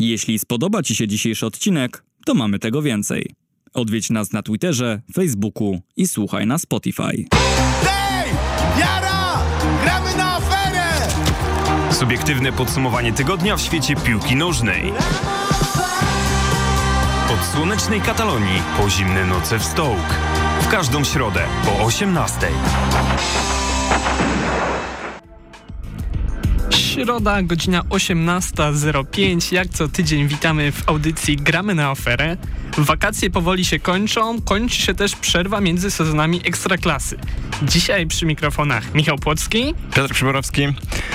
Jeśli spodoba Ci się dzisiejszy odcinek, to mamy tego więcej. Odwiedź nas na Twitterze, Facebooku i słuchaj na Spotify. Hej! Jara! Gramy na aferę! Subiektywne podsumowanie tygodnia w świecie piłki nożnej. Od słonecznej Katalonii po zimne noce w Stoke. W każdą środę po 18:00. Środa, godzina 18:05. Jak co tydzień witamy w audycji Gramy na aferę. Wakacje powoli się kończą, kończy się też przerwa między sezonami Ekstraklasy. Dzisiaj przy mikrofonach Michał Płocki, Piotr Przyborowski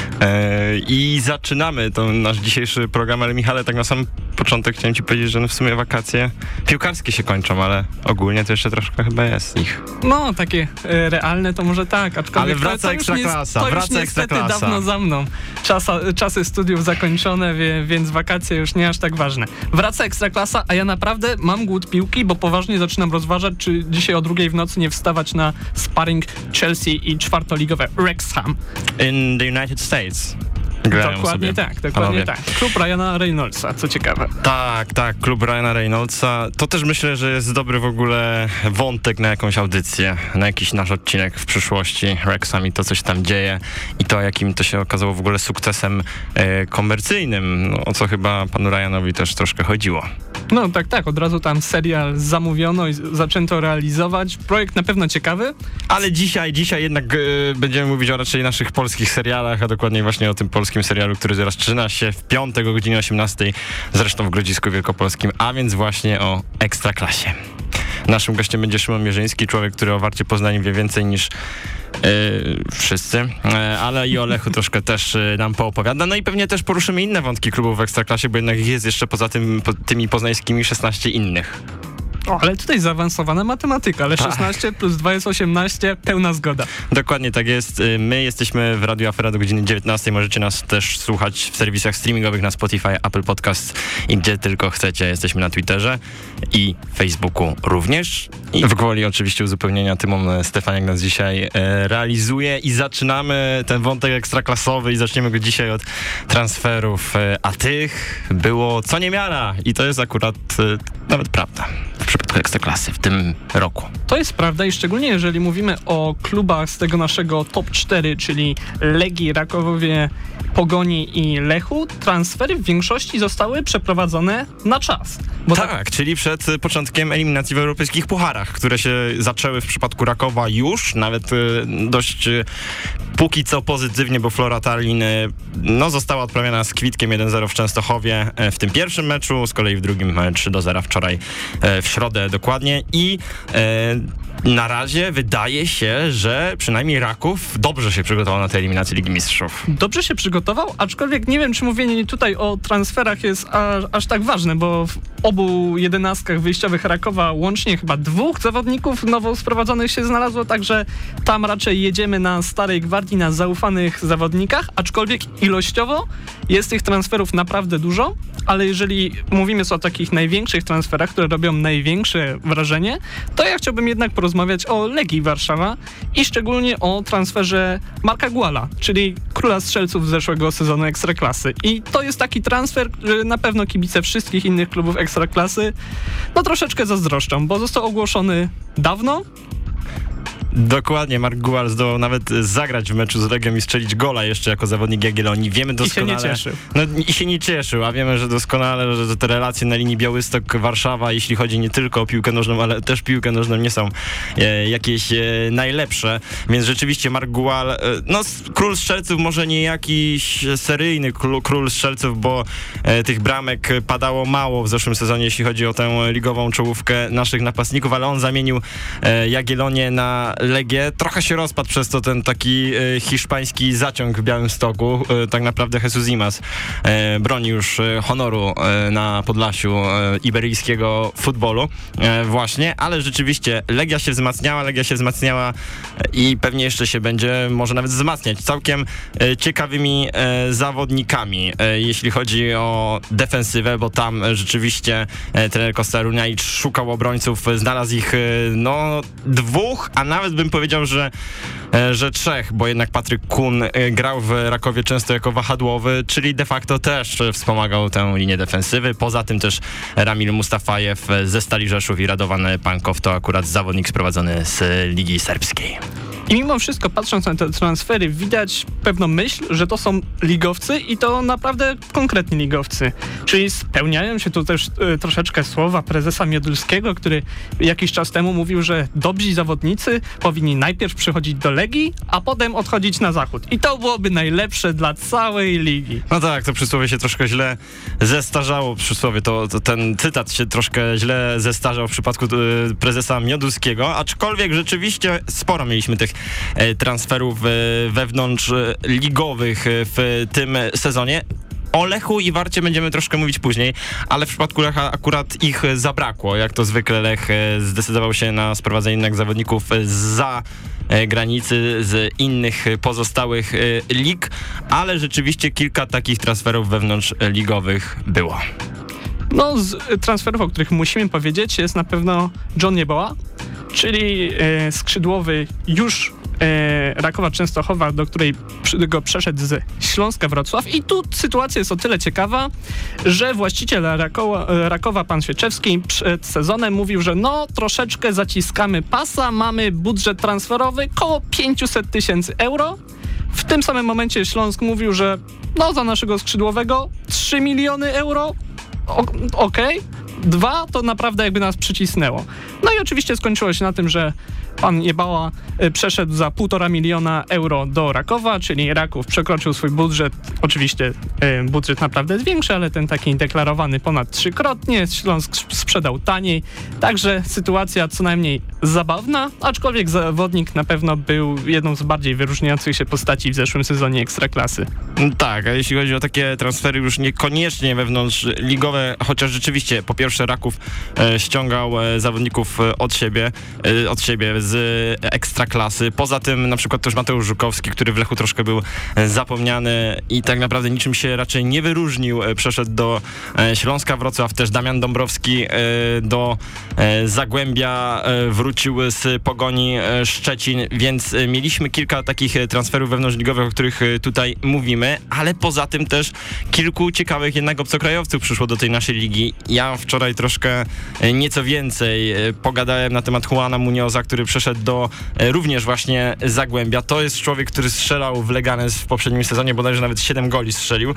i zaczynamy ten nasz dzisiejszy program, ale Michale, tak na sam początek chciałem Ci powiedzieć, że w sumie wakacje piłkarskie się kończą, ale ogólnie to jeszcze troszkę chyba jest ich. no takie realne to może tak, aczkolwiek Ale wraca Ekstraklasa, to już niestety dawno za mną. Czasy studiów zakończone, więc wakacje już nie aż tak ważne. Wraca Ekstraklasa, a ja naprawdę mam głód piłki, bo poważnie zaczynam rozważać, czy dzisiaj o 2:00 w nocy nie wstawać na sparring Chelsea i czwartoligowe Wrexham. In the United States. Dokładnie tak. Klub Ryana Reynoldsa, co ciekawe. Tak, klub Ryana Reynoldsa. To też myślę, że jest dobry w ogóle wątek na jakąś audycję, na jakiś nasz odcinek w przyszłości. Wrexham i to, co się tam dzieje i to, jakim to się okazało w ogóle sukcesem komercyjnym, o co chyba panu Ryanowi też troszkę chodziło. No tak, od razu tam serial zamówiono i zaczęto realizować. Projekt na pewno ciekawy. Ale dzisiaj jednak będziemy mówić o raczej naszych polskich serialach, a dokładniej właśnie o tym polskim serialu, który zaczyna się w piątek o godzinie 18:00, zresztą w Grodzisku Wielkopolskim, a więc właśnie o Ekstraklasie. Naszym gościem będzie Szymon Mierzyński, człowiek, który o Warcie Poznań wie więcej niż wszyscy, ale i o Lechu troszkę też nam poopowiada. No i pewnie też poruszymy inne wątki klubów w Ekstraklasie, bo jednak jest jeszcze poza tymi poznańskimi 16 innych. O, ale tutaj zaawansowana matematyka, ale 16 plus 2 jest 18, pełna zgoda. Dokładnie tak jest. My jesteśmy w Radiu Afera do godziny 19. Możecie nas też słuchać w serwisach streamingowych na Spotify, Apple Podcast i gdzie tylko chcecie. Jesteśmy na Twitterze i Facebooku również. I w gwoli oczywiście uzupełnienia Tymon Stefaniak nas dzisiaj realizuje i zaczynamy ten wątek ekstraklasowy i zaczniemy go dzisiaj od transferów, a tych było co niemiara i to jest akurat nawet prawda w przypadku Ekstraklasy w tym roku. To jest prawda i szczególnie jeżeli mówimy o klubach z tego naszego top 4, czyli Legii, Rakowie, Pogoni i Lechu, transfery w większości zostały przeprowadzone na czas. Bo tak, czyli przed początkiem eliminacji w europejskich pucharach, które się zaczęły w przypadku Rakowa już, nawet dość póki co pozytywnie, bo Flora Tallinn została odprawiona z kwitkiem 1-0 w Częstochowie w tym pierwszym meczu, z kolei w drugim 3-0 wczoraj w środę dokładnie i na razie wydaje się, że przynajmniej Raków dobrze się przygotował na tę eliminację Ligi Mistrzów. Dobrze się przygotował, aczkolwiek nie wiem, czy mówienie tutaj o transferach jest aż tak ważne, bo w obu 11 wyjściowych Rakowa łącznie chyba 2 zawodników nowo sprowadzonych się znalazło, także tam raczej jedziemy na starej gwardii, na zaufanych zawodnikach, aczkolwiek ilościowo jest tych transferów naprawdę dużo, ale jeżeli mówimy o takich największych transferach, które robią największe wrażenie, to ja chciałbym jednak porozmawiać o Legii Warszawa i szczególnie o transferze Marka Guala, czyli króla strzelców z zeszłego sezonu Ekstraklasy. I to jest taki transfer, że na pewno kibice wszystkich innych klubów Ekstraklasy troszeczkę zazdroszczą, bo został ogłoszony dawno. Dokładnie, Mark Gual zdołał nawet zagrać w meczu z Legią i strzelić gola jeszcze jako zawodnik Jagiellonii. Wiemy doskonale... I się nie cieszył. I się nie cieszył, a wiemy, że doskonale, że te relacje na linii Białystok-Warszawa, jeśli chodzi nie tylko o piłkę nożną, ale też piłkę nożną, nie są jakieś najlepsze. Więc rzeczywiście Mark Gual, król strzelców, może nie jakiś seryjny król strzelców, bo tych bramek padało mało w zeszłym sezonie, jeśli chodzi o tę ligową czołówkę naszych napastników, ale on zamienił Jagiellonię na Legię. Trochę się rozpadł przez to ten taki hiszpański zaciąg w Białymstoku. Tak naprawdę Jesus Imaz broni już honoru na Podlasiu iberyjskiego futbolu właśnie, ale rzeczywiście Legia się wzmacniała i pewnie jeszcze się będzie może nawet wzmacniać całkiem ciekawymi zawodnikami, jeśli chodzi o defensywę, bo tam rzeczywiście trener Costa Runaić szukał obrońców, znalazł ich 2, a nawet nawet bym powiedział, że 3, bo jednak Patryk Kun grał w Rakowie często jako wahadłowy, czyli de facto też wspomagał tę linię defensywy. Poza tym też Ramil Mustafajew ze Stali Rzeszów i Radovan Pankow to akurat zawodnik sprowadzony z Ligi Serbskiej. I mimo wszystko, patrząc na te transfery, widać pewną myśl, że to są ligowcy i to naprawdę konkretni ligowcy. Czyli spełniają się tu też troszeczkę słowa prezesa Miodulskiego, który jakiś czas temu mówił, że dobrzy zawodnicy powinni najpierw przychodzić do Legii, a potem odchodzić na zachód. I to byłoby najlepsze dla całej ligi. No tak, to przysłowie się troszkę źle zestarzało. Przysłowie, to ten cytat się troszkę źle zestarzał w przypadku prezesa Miodulskiego, aczkolwiek rzeczywiście sporo mieliśmy tych transferów wewnątrz ligowych w tym sezonie. O Lechu i Warcie będziemy troszkę mówić później, ale w przypadku Lecha akurat ich zabrakło. Jak to zwykle Lech zdecydował się na sprowadzenie jednak zawodników zza granicy z innych pozostałych lig, ale rzeczywiście kilka takich transferów wewnątrz ligowych było. No, z transferów, o których musimy powiedzieć, jest na pewno John Jeboa, czyli skrzydłowy już Rakowa Częstochowa, do której przeszedł z Śląska Wrocław. I tu sytuacja jest o tyle ciekawa, że właściciel Rakowa, pan Świeczewski, przed sezonem mówił, że no troszeczkę zaciskamy pasa, mamy budżet transferowy koło 500 000 euro. W tym samym momencie Śląsk mówił, że no za naszego skrzydłowego 3 miliony euro. Okej. 2 to naprawdę jakby nas przycisnęło. No i oczywiście skończyło się na tym, że pan Jebała przeszedł za 1,5 miliona euro do Rakowa, czyli Raków przekroczył swój budżet. Oczywiście budżet naprawdę jest większy, ale ten taki deklarowany ponad 3-krotnie. Śląsk sprzedał taniej. Także sytuacja co najmniej zabawna, aczkolwiek zawodnik na pewno był jedną z bardziej wyróżniających się postaci w zeszłym sezonie Ekstraklasy. Tak, a jeśli chodzi o takie transfery już niekoniecznie wewnątrz ligowe, chociaż rzeczywiście po pierwsze Raków ściągał zawodników od siebie z Ekstraklasy. Poza tym na przykład też Mateusz Żukowski, który w Lechu troszkę był zapomniany i tak naprawdę niczym się raczej nie wyróżnił. Przeszedł do Śląska Wrocław, też Damian Dąbrowski do Zagłębia wrócił z Pogoni Szczecin, więc mieliśmy kilka takich transferów wewnątrzligowych, o których tutaj mówimy, ale poza tym też kilku ciekawych jednak obcokrajowców przyszło do tej naszej ligi. Ja wczoraj troszkę nieco więcej pogadałem na temat Juana Munioza, który przeszedł do również właśnie Zagłębia. To jest człowiek, który strzelał w Leganes w poprzednim sezonie, bodajże nawet 7 goli strzelił.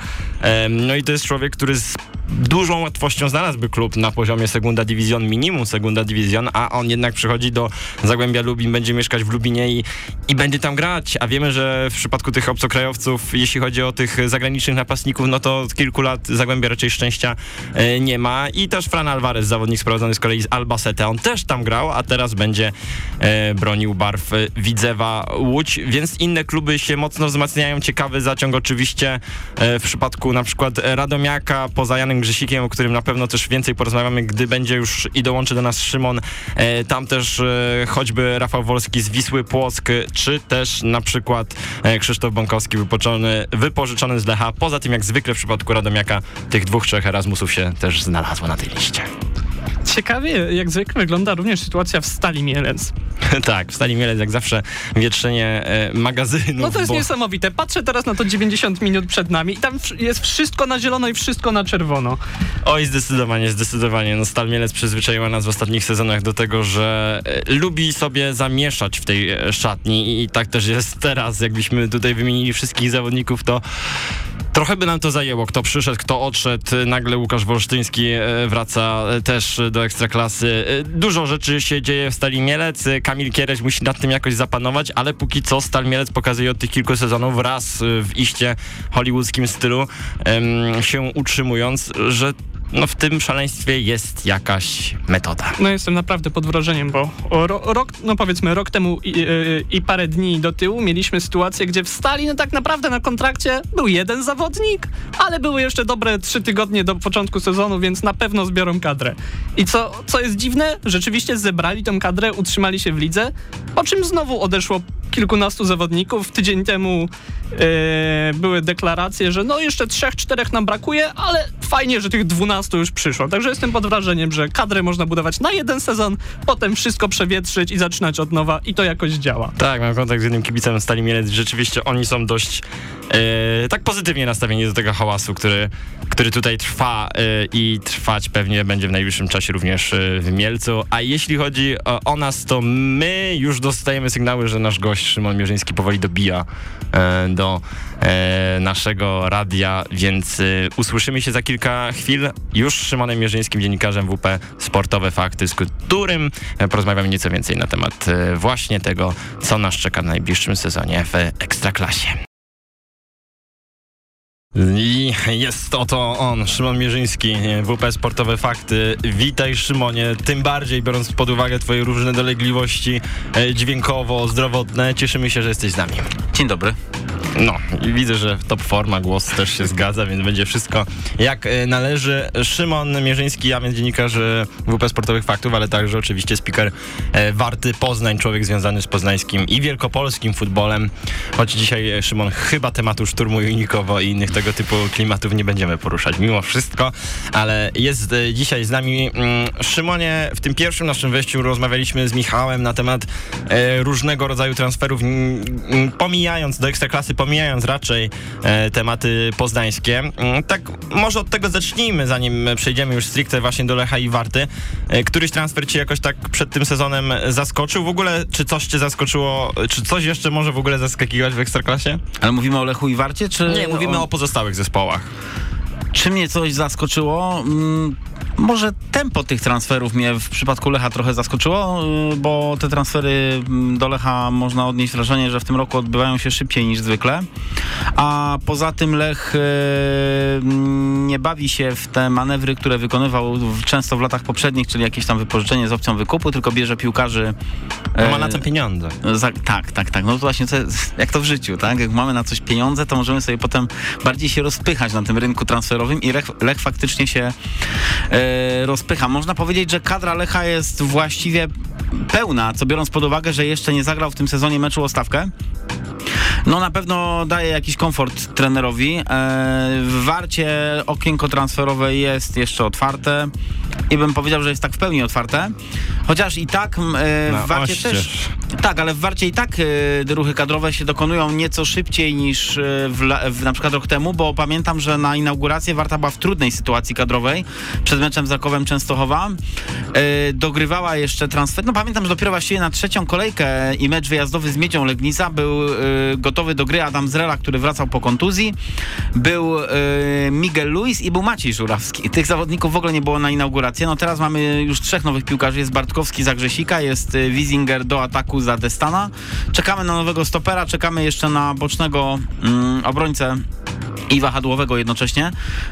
No i to jest człowiek, który z dużą łatwością znalazłby klub na poziomie Segunda División, minimum Segunda División, a on jednak przychodzi do Zagłębia Lubin, będzie mieszkać w Lubinie i będzie tam grać, a wiemy, że w przypadku tych obcokrajowców, jeśli chodzi o tych zagranicznych napastników, no to od kilku lat Zagłębia raczej szczęścia nie ma i też Fran Alvarez, zawodnik sprowadzony z kolei z Albacete, on też tam grał, a teraz będzie bronił barw Widzewa Łódź, więc inne kluby się mocno wzmacniają. Ciekawy zaciąg oczywiście w przypadku na przykład Radomiaka, poza Janem Grzesikiem, o którym na pewno też więcej porozmawiamy, gdy będzie już i dołączy do nas Szymon. Tam też choćby Rafał Wolski z Wisły Płock, czy też na przykład Krzysztof Bąkowski wypożyczony z Lecha. Poza tym jak zwykle w przypadku Radomiaka tych 2-3 Erasmusów się też znalazło na tej liście. Ciekawie, jak zwykle wygląda również sytuacja w Stali Mielec. Tak, w Stali Mielec jak zawsze wietrzenie magazynów. No to jest niesamowite. Patrzę teraz na to 90 minut przed nami i tam jest wszystko na zielono i wszystko na czerwono. Oj, zdecydowanie. No Stal Mielec przyzwyczaiła nas w ostatnich sezonach do tego, że lubi sobie zamieszać w tej szatni i tak też jest teraz. Jakbyśmy tutaj wymienili wszystkich zawodników, to trochę by nam to zajęło, kto przyszedł, kto odszedł. Nagle Łukasz Wolsztyński wraca też do Ekstraklasy. Dużo rzeczy się dzieje w Stali Mielec. Kamil Kiereś musi nad tym jakoś zapanować, ale póki co Stal Mielec pokazuje od tych kilku sezonów raz w iście hollywoodzkim stylu się utrzymując, że no w tym szaleństwie jest jakaś metoda. No jestem naprawdę pod wrażeniem, bo rok temu i parę dni do tyłu mieliśmy sytuację, gdzie w Stali no tak naprawdę na kontrakcie był jeden zawodnik, ale były jeszcze dobre 3 tygodnie do początku sezonu, więc na pewno zbiorą kadrę. I co jest dziwne, rzeczywiście zebrali tą kadrę, utrzymali się w lidze, po czym znowu odeszło kilkunastu zawodników. Tydzień temu były deklaracje, że no jeszcze 3-4 nam brakuje, ale fajnie, że tych 12 już przyszło. Także jestem pod wrażeniem, że kadrę można budować na jeden sezon, potem wszystko przewietrzyć i zaczynać od nowa i to jakoś działa. Tak, mam kontakt z jednym kibicem Stali Mielec. Rzeczywiście oni są dość tak pozytywnie nastawieni do tego hałasu, który tutaj trwa i trwać pewnie będzie w najbliższym czasie również w Mielcu. A jeśli chodzi o nas, to my już dostajemy sygnały, że nasz gość Szymon Mierzyński powoli dobija do naszego radia, więc usłyszymy się za kilka chwil już z Szymonem Mierzyńskim, dziennikarzem WP Sportowe Fakty, z którym porozmawiamy nieco więcej na temat właśnie tego, co nas czeka w najbliższym sezonie w Ekstraklasie. I jest oto on, Szymon Mierzyński, WP Sportowe Fakty. Witaj, Szymonie, tym bardziej biorąc pod uwagę twoje różne dolegliwości dźwiękowo-zdrowotne. Cieszymy się, że jesteś z nami. Dzień dobry. No, i widzę, że top forma, głos też się zgadza, więc będzie wszystko jak należy. Szymon Mierzyński, a więc dziennikarz WP Sportowych Faktów, ale także oczywiście speaker Warty Poznań, człowiek związany z poznańskim i wielkopolskim futbolem. Choć dzisiaj, Szymon, chyba tematu szturmu Junikowo i innych tego typu klimatów nie będziemy poruszać mimo wszystko, ale jest dzisiaj z nami. Szymonie, w tym pierwszym naszym wejściu rozmawialiśmy z Michałem na temat różnego rodzaju transferów, pomijając do Ekstraklasy, pomijając raczej tematy poznańskie. Tak, może od tego zacznijmy, zanim przejdziemy już stricte właśnie do Lecha i Warty. Któryś transfer cię jakoś tak przed tym sezonem zaskoczył? W ogóle, czy coś cię zaskoczyło, czy coś jeszcze może w ogóle zaskakiwać w Ekstraklasie? Ale mówimy o Lechu i Warcie, czy... Nie, mówimy o pozostałych zespołach. Czy mnie coś zaskoczyło? Może tempo tych transferów mnie w przypadku Lecha trochę zaskoczyło, bo te transfery do Lecha można odnieść wrażenie, że w tym roku odbywają się szybciej niż zwykle, a poza tym Lech nie bawi się w te manewry, które wykonywał często w latach poprzednich, czyli jakieś tam wypożyczenie z opcją wykupu, tylko bierze piłkarzy... ma na to pieniądze. Tak. No to właśnie jak to w życiu, tak? Jak mamy na coś pieniądze, to możemy sobie potem bardziej się rozpychać na tym rynku transferowym i Lech faktycznie się rozpycha. Można powiedzieć, że kadra Lecha jest właściwie pełna, co biorąc pod uwagę, że jeszcze nie zagrał w tym sezonie meczu o stawkę. No na pewno daje jakiś komfort trenerowi. W Warcie okienko transferowe jest jeszcze otwarte i bym powiedział, że jest tak w pełni otwarte. Chociaż i tak w Warcie też... Tak, ale w Warcie i tak ruchy kadrowe się dokonują nieco szybciej niż na przykład rok temu, bo pamiętam, że na inaugurację Warta była w trudnej sytuacji kadrowej przed meczem z Rakowem Częstochowa. Dogrywała jeszcze transfer. No pamiętam, że dopiero właściwie na trzecią kolejkę i mecz wyjazdowy z Miedzią Legnica był gotowy do gry Adam Zrela, który wracał po kontuzji. Był Miguel Luis i był Maciej Żurawski. Tych zawodników w ogóle nie było na inaugurację. No teraz mamy już 3 nowych piłkarzy. Jest Bartkowski za Grzesika, jest Wiesinger do ataku za Destana. Czekamy na nowego stopera, czekamy jeszcze na bocznego obrońcę i wahadłowego jednocześnie.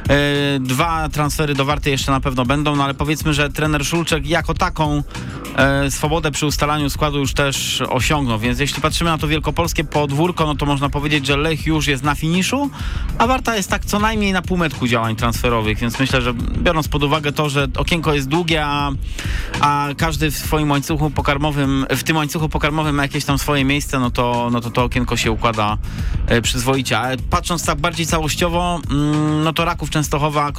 2 transfery do Warty jeszcze na pewno będą, no ale powiedzmy, że trener Szulczek jako taką swobodę przy ustalaniu składu już też osiągnął, więc jeśli patrzymy na to wielkopolskie podwórko, no to można powiedzieć, że Lech już jest na finiszu, a Warta jest tak co najmniej na półmetku działań transferowych, więc myślę, że biorąc pod uwagę to, że okienko jest długie, a każdy w swoim łańcuchu pokarmowym, w tym łańcuchu pokarmowym ma jakieś tam swoje miejsce, no to okienko się układa przyzwoicie. Ale patrząc tak bardziej całościowo, no to Raków Częstochowa,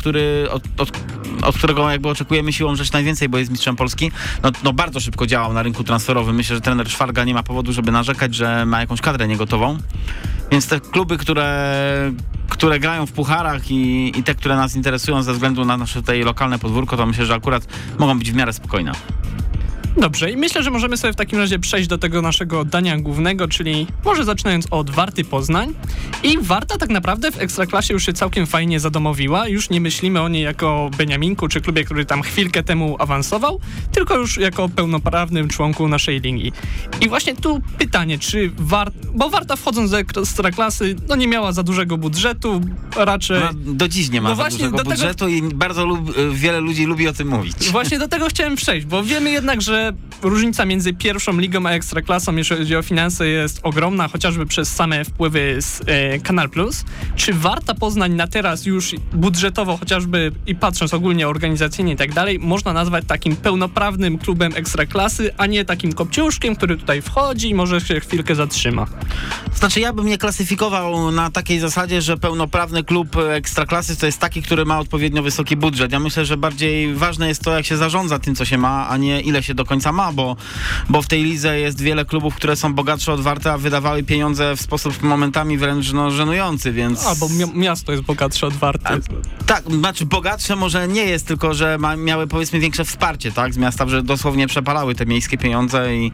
od którego jakby oczekujemy siłą rzeczy najwięcej, bo jest mistrzem Polski, no bardzo szybko działał na rynku transferowym. Myślę, że trener Szwarga nie ma powodu, żeby narzekać, że ma jakąś kadrę niegotową. Więc te kluby, które grają w pucharach i te, które nas interesują ze względu na nasze tutaj lokalne podwórko, to myślę, że akurat mogą być w miarę spokojne. Dobrze, i myślę, że możemy sobie w takim razie przejść do tego naszego dania głównego, czyli może zaczynając od Warty Poznań. I Warta tak naprawdę w Ekstraklasie już się całkiem fajnie zadomowiła. Już nie myślimy o niej jako Beniaminku czy klubie, który tam chwilkę temu awansował, tylko już jako pełnoprawnym członku naszej linii. I właśnie tu pytanie, czy bo Warta wchodząc do Ekstraklasy, no nie miała za dużego budżetu, raczej... No, do dziś nie ma za dużego budżetu i bardzo wiele ludzi lubi o tym mówić. Właśnie do tego chciałem przejść, bo wiemy jednak, że że różnica między pierwszą ligą a Ekstraklasą, jeśli chodzi o finanse, jest ogromna, chociażby przez same wpływy z Kanal Plus. Czy Warta Poznań na teraz już budżetowo, chociażby i patrząc ogólnie organizacyjnie i tak dalej, można nazwać takim pełnoprawnym klubem Ekstraklasy, a nie takim kopciuszkiem, który tutaj wchodzi i może się chwilkę zatrzyma? Znaczy ja bym nie klasyfikował na takiej zasadzie, że pełnoprawny klub Ekstraklasy to jest taki, który ma odpowiednio wysoki budżet. Ja myślę, że bardziej ważne jest to, jak się zarządza tym, co się ma, a nie ile się do końca ma, bo w tej lidze jest wiele klubów, które są bogatsze od Warty, a wydawały pieniądze w sposób momentami wręcz żenujący, więc... Bo miasto jest bogatsze od Warty. Tak, znaczy bogatsze może nie jest, tylko że miały powiedzmy większe wsparcie, tak, z miasta, że dosłownie przepalały te miejskie pieniądze i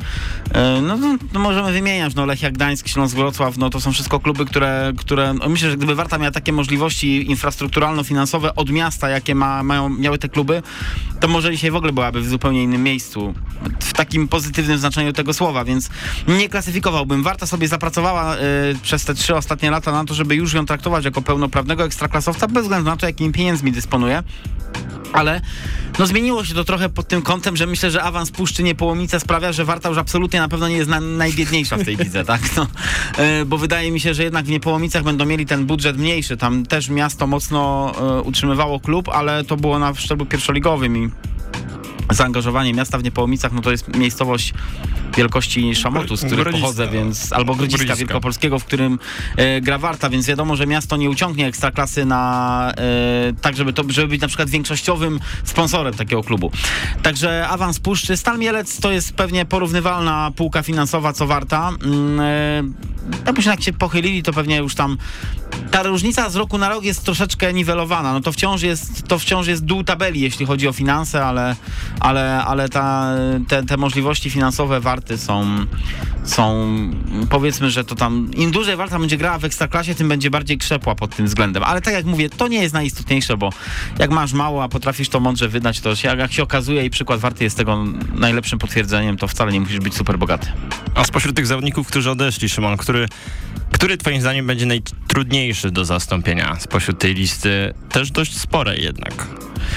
no możemy wymieniać, Lechia Gdańsk, Śląsk Wrocław, to są wszystko kluby, które myślę, że gdyby Warta miała takie możliwości infrastrukturalno-finansowe od miasta, jakie miały te kluby, to może dzisiaj w ogóle byłaby w zupełnie innym miejscu, w takim pozytywnym znaczeniu tego słowa, więc nie klasyfikowałbym. Warta sobie zapracowała przez te 3 ostatnie lata na to, żeby już ją traktować jako pełnoprawnego ekstraklasowca, bez względu na to, jakimi pieniędzmi dysponuje. Ale zmieniło się to trochę pod tym kątem, że myślę, że awans Puszczy Niepołomice sprawia, że Warta już absolutnie na pewno nie jest najbiedniejsza w tej lidze, tak? Bo wydaje mi się, że jednak w Niepołomicach będą mieli ten budżet mniejszy. Tam też miasto mocno utrzymywało klub, ale to było na szczeblu pierwszoligowym i zaangażowanie miasta w Niepołomicach, to jest miejscowość wielkości Szamotu, z której pochodzę, więc albo Grodziska Wielkopolskiego, w którym gra Warta, więc wiadomo, że miasto nie uciągnie Ekstraklasy tak, żeby być na przykład większościowym sponsorem takiego klubu. Także awans Puszczy. Stal Mielec to jest pewnie porównywalna półka finansowa co Warta. Później jak się pochylili, to pewnie już tam ta różnica z roku na rok jest troszeczkę niwelowana. To wciąż jest dół tabeli, jeśli chodzi o finanse, ale te możliwości finansowe Warty są powiedzmy, że to tam im dłużej Warta będzie grała w Ekstraklasie, tym będzie bardziej krzepła pod tym względem. Ale tak jak mówię, to nie jest najistotniejsze, bo jak masz mało, a potrafisz to mądrze wydać, to jak się okazuje i przykład Warty jest tego najlepszym potwierdzeniem, to wcale nie musisz być super bogaty. A spośród tych zawodników, którzy odeszli, Szymon, który twoim zdaniem będzie najtrudniejszy do zastąpienia spośród tej listy, też dość sporej jednak?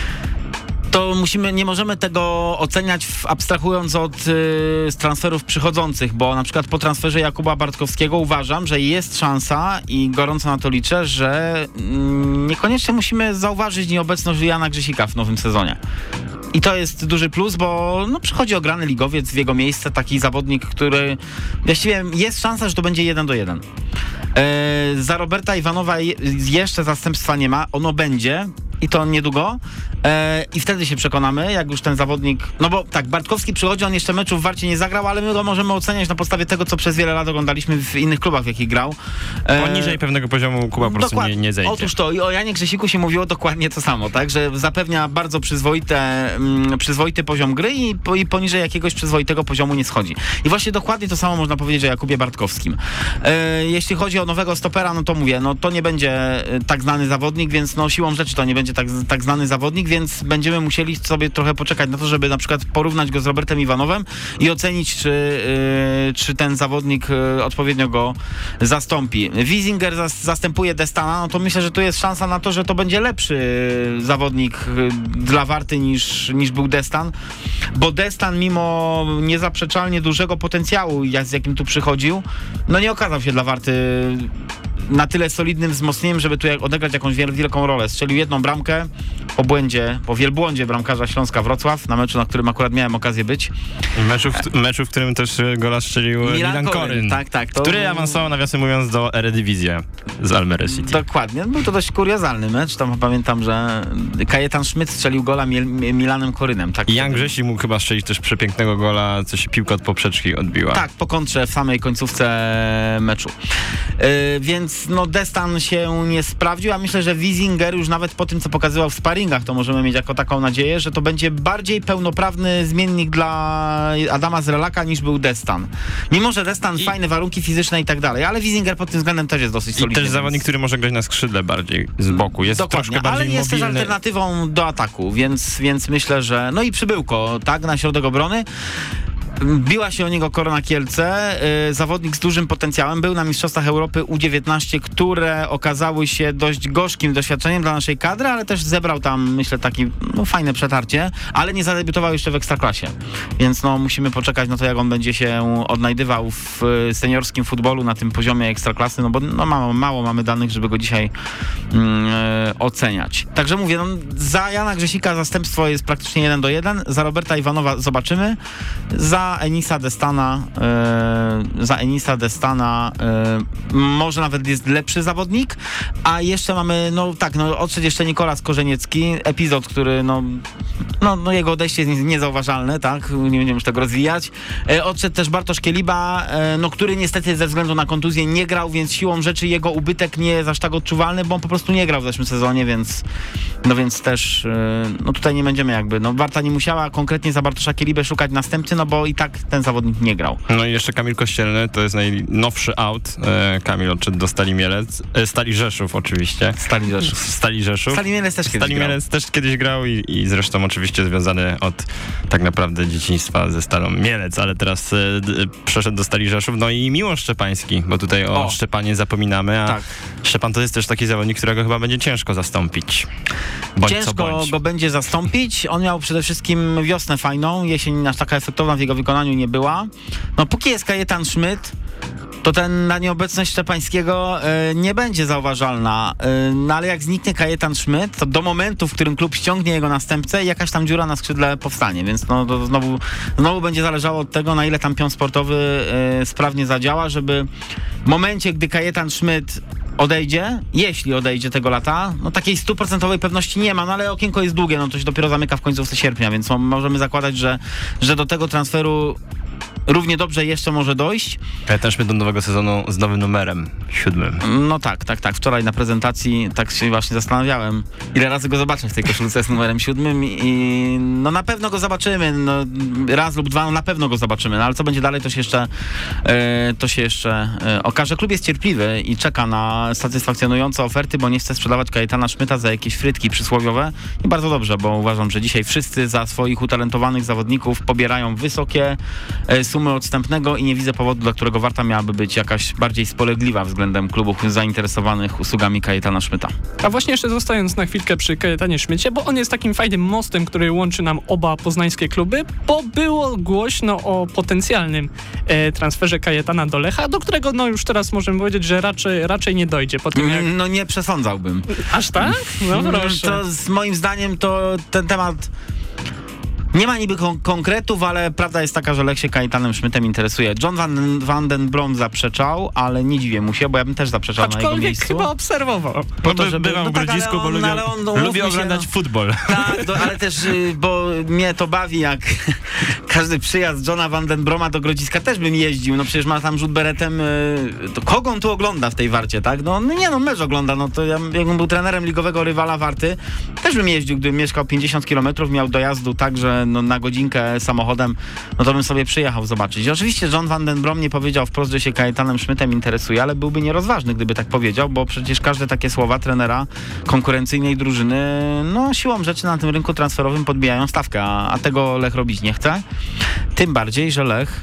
To nie możemy tego oceniać abstrahując od transferów przychodzących, bo na przykład po transferze Jakuba Bartkowskiego uważam, że jest szansa i gorąco na to liczę, że niekoniecznie musimy zauważyć nieobecność Jana Grzesika w nowym sezonie. I to jest duży plus, bo przychodzi ograny ligowiec w jego miejsce, taki zawodnik, który właściwie jest szansa, że to będzie 1-1. Za Roberta Iwanowa jeszcze zastępstwa nie ma, ono będzie i to niedługo. I wtedy się przekonamy, jak już ten zawodnik... bo tak, Bartkowski przychodzi, on jeszcze meczu w Warcie nie zagrał, ale my go możemy oceniać na podstawie tego, co przez wiele lat oglądaliśmy w innych klubach, w jakich grał. Poniżej pewnego poziomu Kuba po prostu nie zejdzie. Otóż to, i o Janie Grzesiku się mówiło dokładnie to samo, tak, że zapewnia bardzo przyzwoity poziom gry i poniżej jakiegoś przyzwoitego poziomu nie schodzi. I właśnie dokładnie to samo można powiedzieć o Jakubie Bartkowskim. Jeśli chodzi o nowego stopera, to mówię, to nie będzie tak znany zawodnik, więc siłą rzeczy to nie będzie tak znany zawodnik, więc będziemy musieli sobie trochę poczekać na to, żeby na przykład porównać go z Robertem Iwanowem i ocenić, czy ten zawodnik odpowiednio go zastąpi. Wiesinger zastępuje Destana, to myślę, że tu jest szansa na to, że to będzie lepszy zawodnik dla Warty niż był Destan, bo Destan mimo niezaprzeczalnie dużego potencjału, z jakim tu przychodził, nie okazał się dla Warty na tyle solidnym wzmocnieniem, żeby tu odegrać jakąś wielką rolę. Strzelił 1 bramkę po wielbłądzie bramkarza Śląska Wrocław, na meczu, na którym akurat miałem okazję być. Meczu, w którym też gola strzelił Milan Koryn, tak, który awansował, nawiasem mówiąc, do Eredivisie z Almere City. Dokładnie, był to dość kuriozalny mecz, tam pamiętam, że Kajetan Szmyt strzelił gola Milanem Korynem. Tak, i Jan Grzesik mógł chyba strzelić też przepięknego gola, co się piłka od poprzeczki odbiła. Tak, po kontrze w samej końcówce meczu. Więc Destan się nie sprawdził, a myślę, że Wiesinger już nawet po tym, co pokazywał w sparingach, to możemy mieć jako taką nadzieję, że to będzie bardziej pełnoprawny zmiennik dla Adama Zrelaka niż był Destan. Mimo, że Destan fajne warunki fizyczne i tak dalej, ale Wiesinger pod tym względem też jest dosyć solidny. I też zawodnik, który może grać na skrzydle bardziej z boku. Jest troszkę bardziej ale jest mobilny. też alternatywą do ataku, więc myślę, że... i Przybyłko, tak, na środek obrony. Biła się o niego Korona Kielce, zawodnik z dużym potencjałem, był na Mistrzostwach Europy U19, które okazały się dość gorzkim doświadczeniem dla naszej kadry, ale też zebrał tam, myślę, takie fajne przetarcie, ale nie zadebiutował jeszcze w Ekstraklasie, więc musimy poczekać na to, jak on będzie się odnajdywał w seniorskim futbolu na tym poziomie Ekstraklasy, bo mało mamy danych, żeby go dzisiaj oceniać. Także mówię, za Jana Grzesika zastępstwo jest praktycznie 1-1, za Roberta Iwanowa zobaczymy, za Enisa Destana może nawet jest lepszy zawodnik, a jeszcze mamy, odszedł jeszcze Nikolas Korzeniecki, epizod, który jego odejście jest niezauważalne, tak, nie będziemy już tego rozwijać. Odszedł też Bartosz Kieliba, który niestety ze względu na kontuzję nie grał, więc siłą rzeczy jego ubytek nie jest aż tak odczuwalny, bo on po prostu nie grał w zeszłym sezonie, więc też tutaj nie będziemy Warta nie musiała konkretnie za Bartosza Kielibę szukać następcy, bo i tak ten zawodnik nie grał. No i jeszcze Kamil Kościelny, to jest najnowszy out. Kamil odszedł do Stali Mielec. Stali Rzeszów oczywiście. Stali Rzeszów. Stali Mielec też kiedyś grał i zresztą oczywiście związany od tak naprawdę dzieciństwa ze Stalą Mielec, ale teraz przeszedł do Stali Rzeszów. No i Miłosz Szczepański, bo tutaj o Szczepanie zapominamy, a tak. Szczepan to jest też taki zawodnik, którego chyba będzie ciężko zastąpić. Ciężko go będzie zastąpić. On miał przede wszystkim wiosnę fajną, jesień aż taka efektowna w jego wykonaniu nie była. Póki jest Kajetan Schmidt, to na nieobecność Szczepańskiego nie będzie zauważalna. Ale jak zniknie Kajetan Schmidt, to do momentu, w którym klub ściągnie jego następcę, jakaś tam dziura na skrzydle powstanie, więc to znowu będzie zależało od tego, na ile tam pion sportowy sprawnie zadziała, żeby w momencie, gdy Kajetan Schmidt odejdzie, jeśli odejdzie tego lata, takiej 100% pewności nie ma, ale okienko jest długie, to się dopiero zamyka w końcówce sierpnia, więc możemy zakładać, że do tego transferu równie dobrze jeszcze może dojść. Też do nowego sezonu z nowym numerem 7. Tak. Wczoraj na prezentacji tak się właśnie zastanawiałem, ile razy go zobaczę w tej koszulce z numerem 7 i na pewno go zobaczymy. Raz lub dwa na pewno go zobaczymy, ale co będzie dalej, to się jeszcze okaże. Klub jest cierpliwy i czeka na satysfakcjonujące oferty, bo nie chce sprzedawać Kajetana Schmidta za jakieś frytki przysłowiowe i bardzo dobrze, bo uważam, że dzisiaj wszyscy za swoich utalentowanych zawodników pobierają wysokie sumy odstępnego i nie widzę powodu, dla którego Warta miałaby być jakaś bardziej spolegliwa względem klubów zainteresowanych usługami Kajetana Schmidta. A właśnie jeszcze zostając na chwilkę przy Kajetanie Schmidcie, bo on jest takim fajnym mostem, który łączy nam oba poznańskie kluby, bo było głośno o potencjalnym transferze Kajetana do Lecha, do którego już teraz możemy powiedzieć, że raczej nie dojdzie. Po tym jak... nie przesądzałbym. Aż tak? Proszę. To moim zdaniem to ten temat... Nie ma niby konkretów, ale prawda jest taka, że Lech się Kajetanem Schmidtem interesuje. John van den Brom zaprzeczał, ale nie dziwię mu się, bo ja bym też zaprzeczał na jego miejscu. Chyba obserwował. Po to, żeby bywam w Grodzisku, bo lubię oglądać futbol. Tak, ale też, bo mnie to bawi, jak każdy przyjazd Johna van den Broma do Grodziska też bym jeździł. Przecież ma tam rzut beretem. To kogo on tu ogląda w tej Warcie, tak? Mecz ogląda. To ja, jakbym był trenerem ligowego rywala Warty, też bym jeździł, gdybym mieszkał 50 km, miał dojazdu tak, że na godzinkę samochodem, to bym sobie przyjechał zobaczyć. I oczywiście John van den Brom nie powiedział wprost, że się Kajetanem Schmidtem interesuje, ale byłby nierozważny, gdyby tak powiedział, bo przecież każde takie słowa trenera konkurencyjnej drużyny, siłą rzeczy na tym rynku transferowym podbijają stawkę, a tego Lech robić nie chce. Tym bardziej, że Lech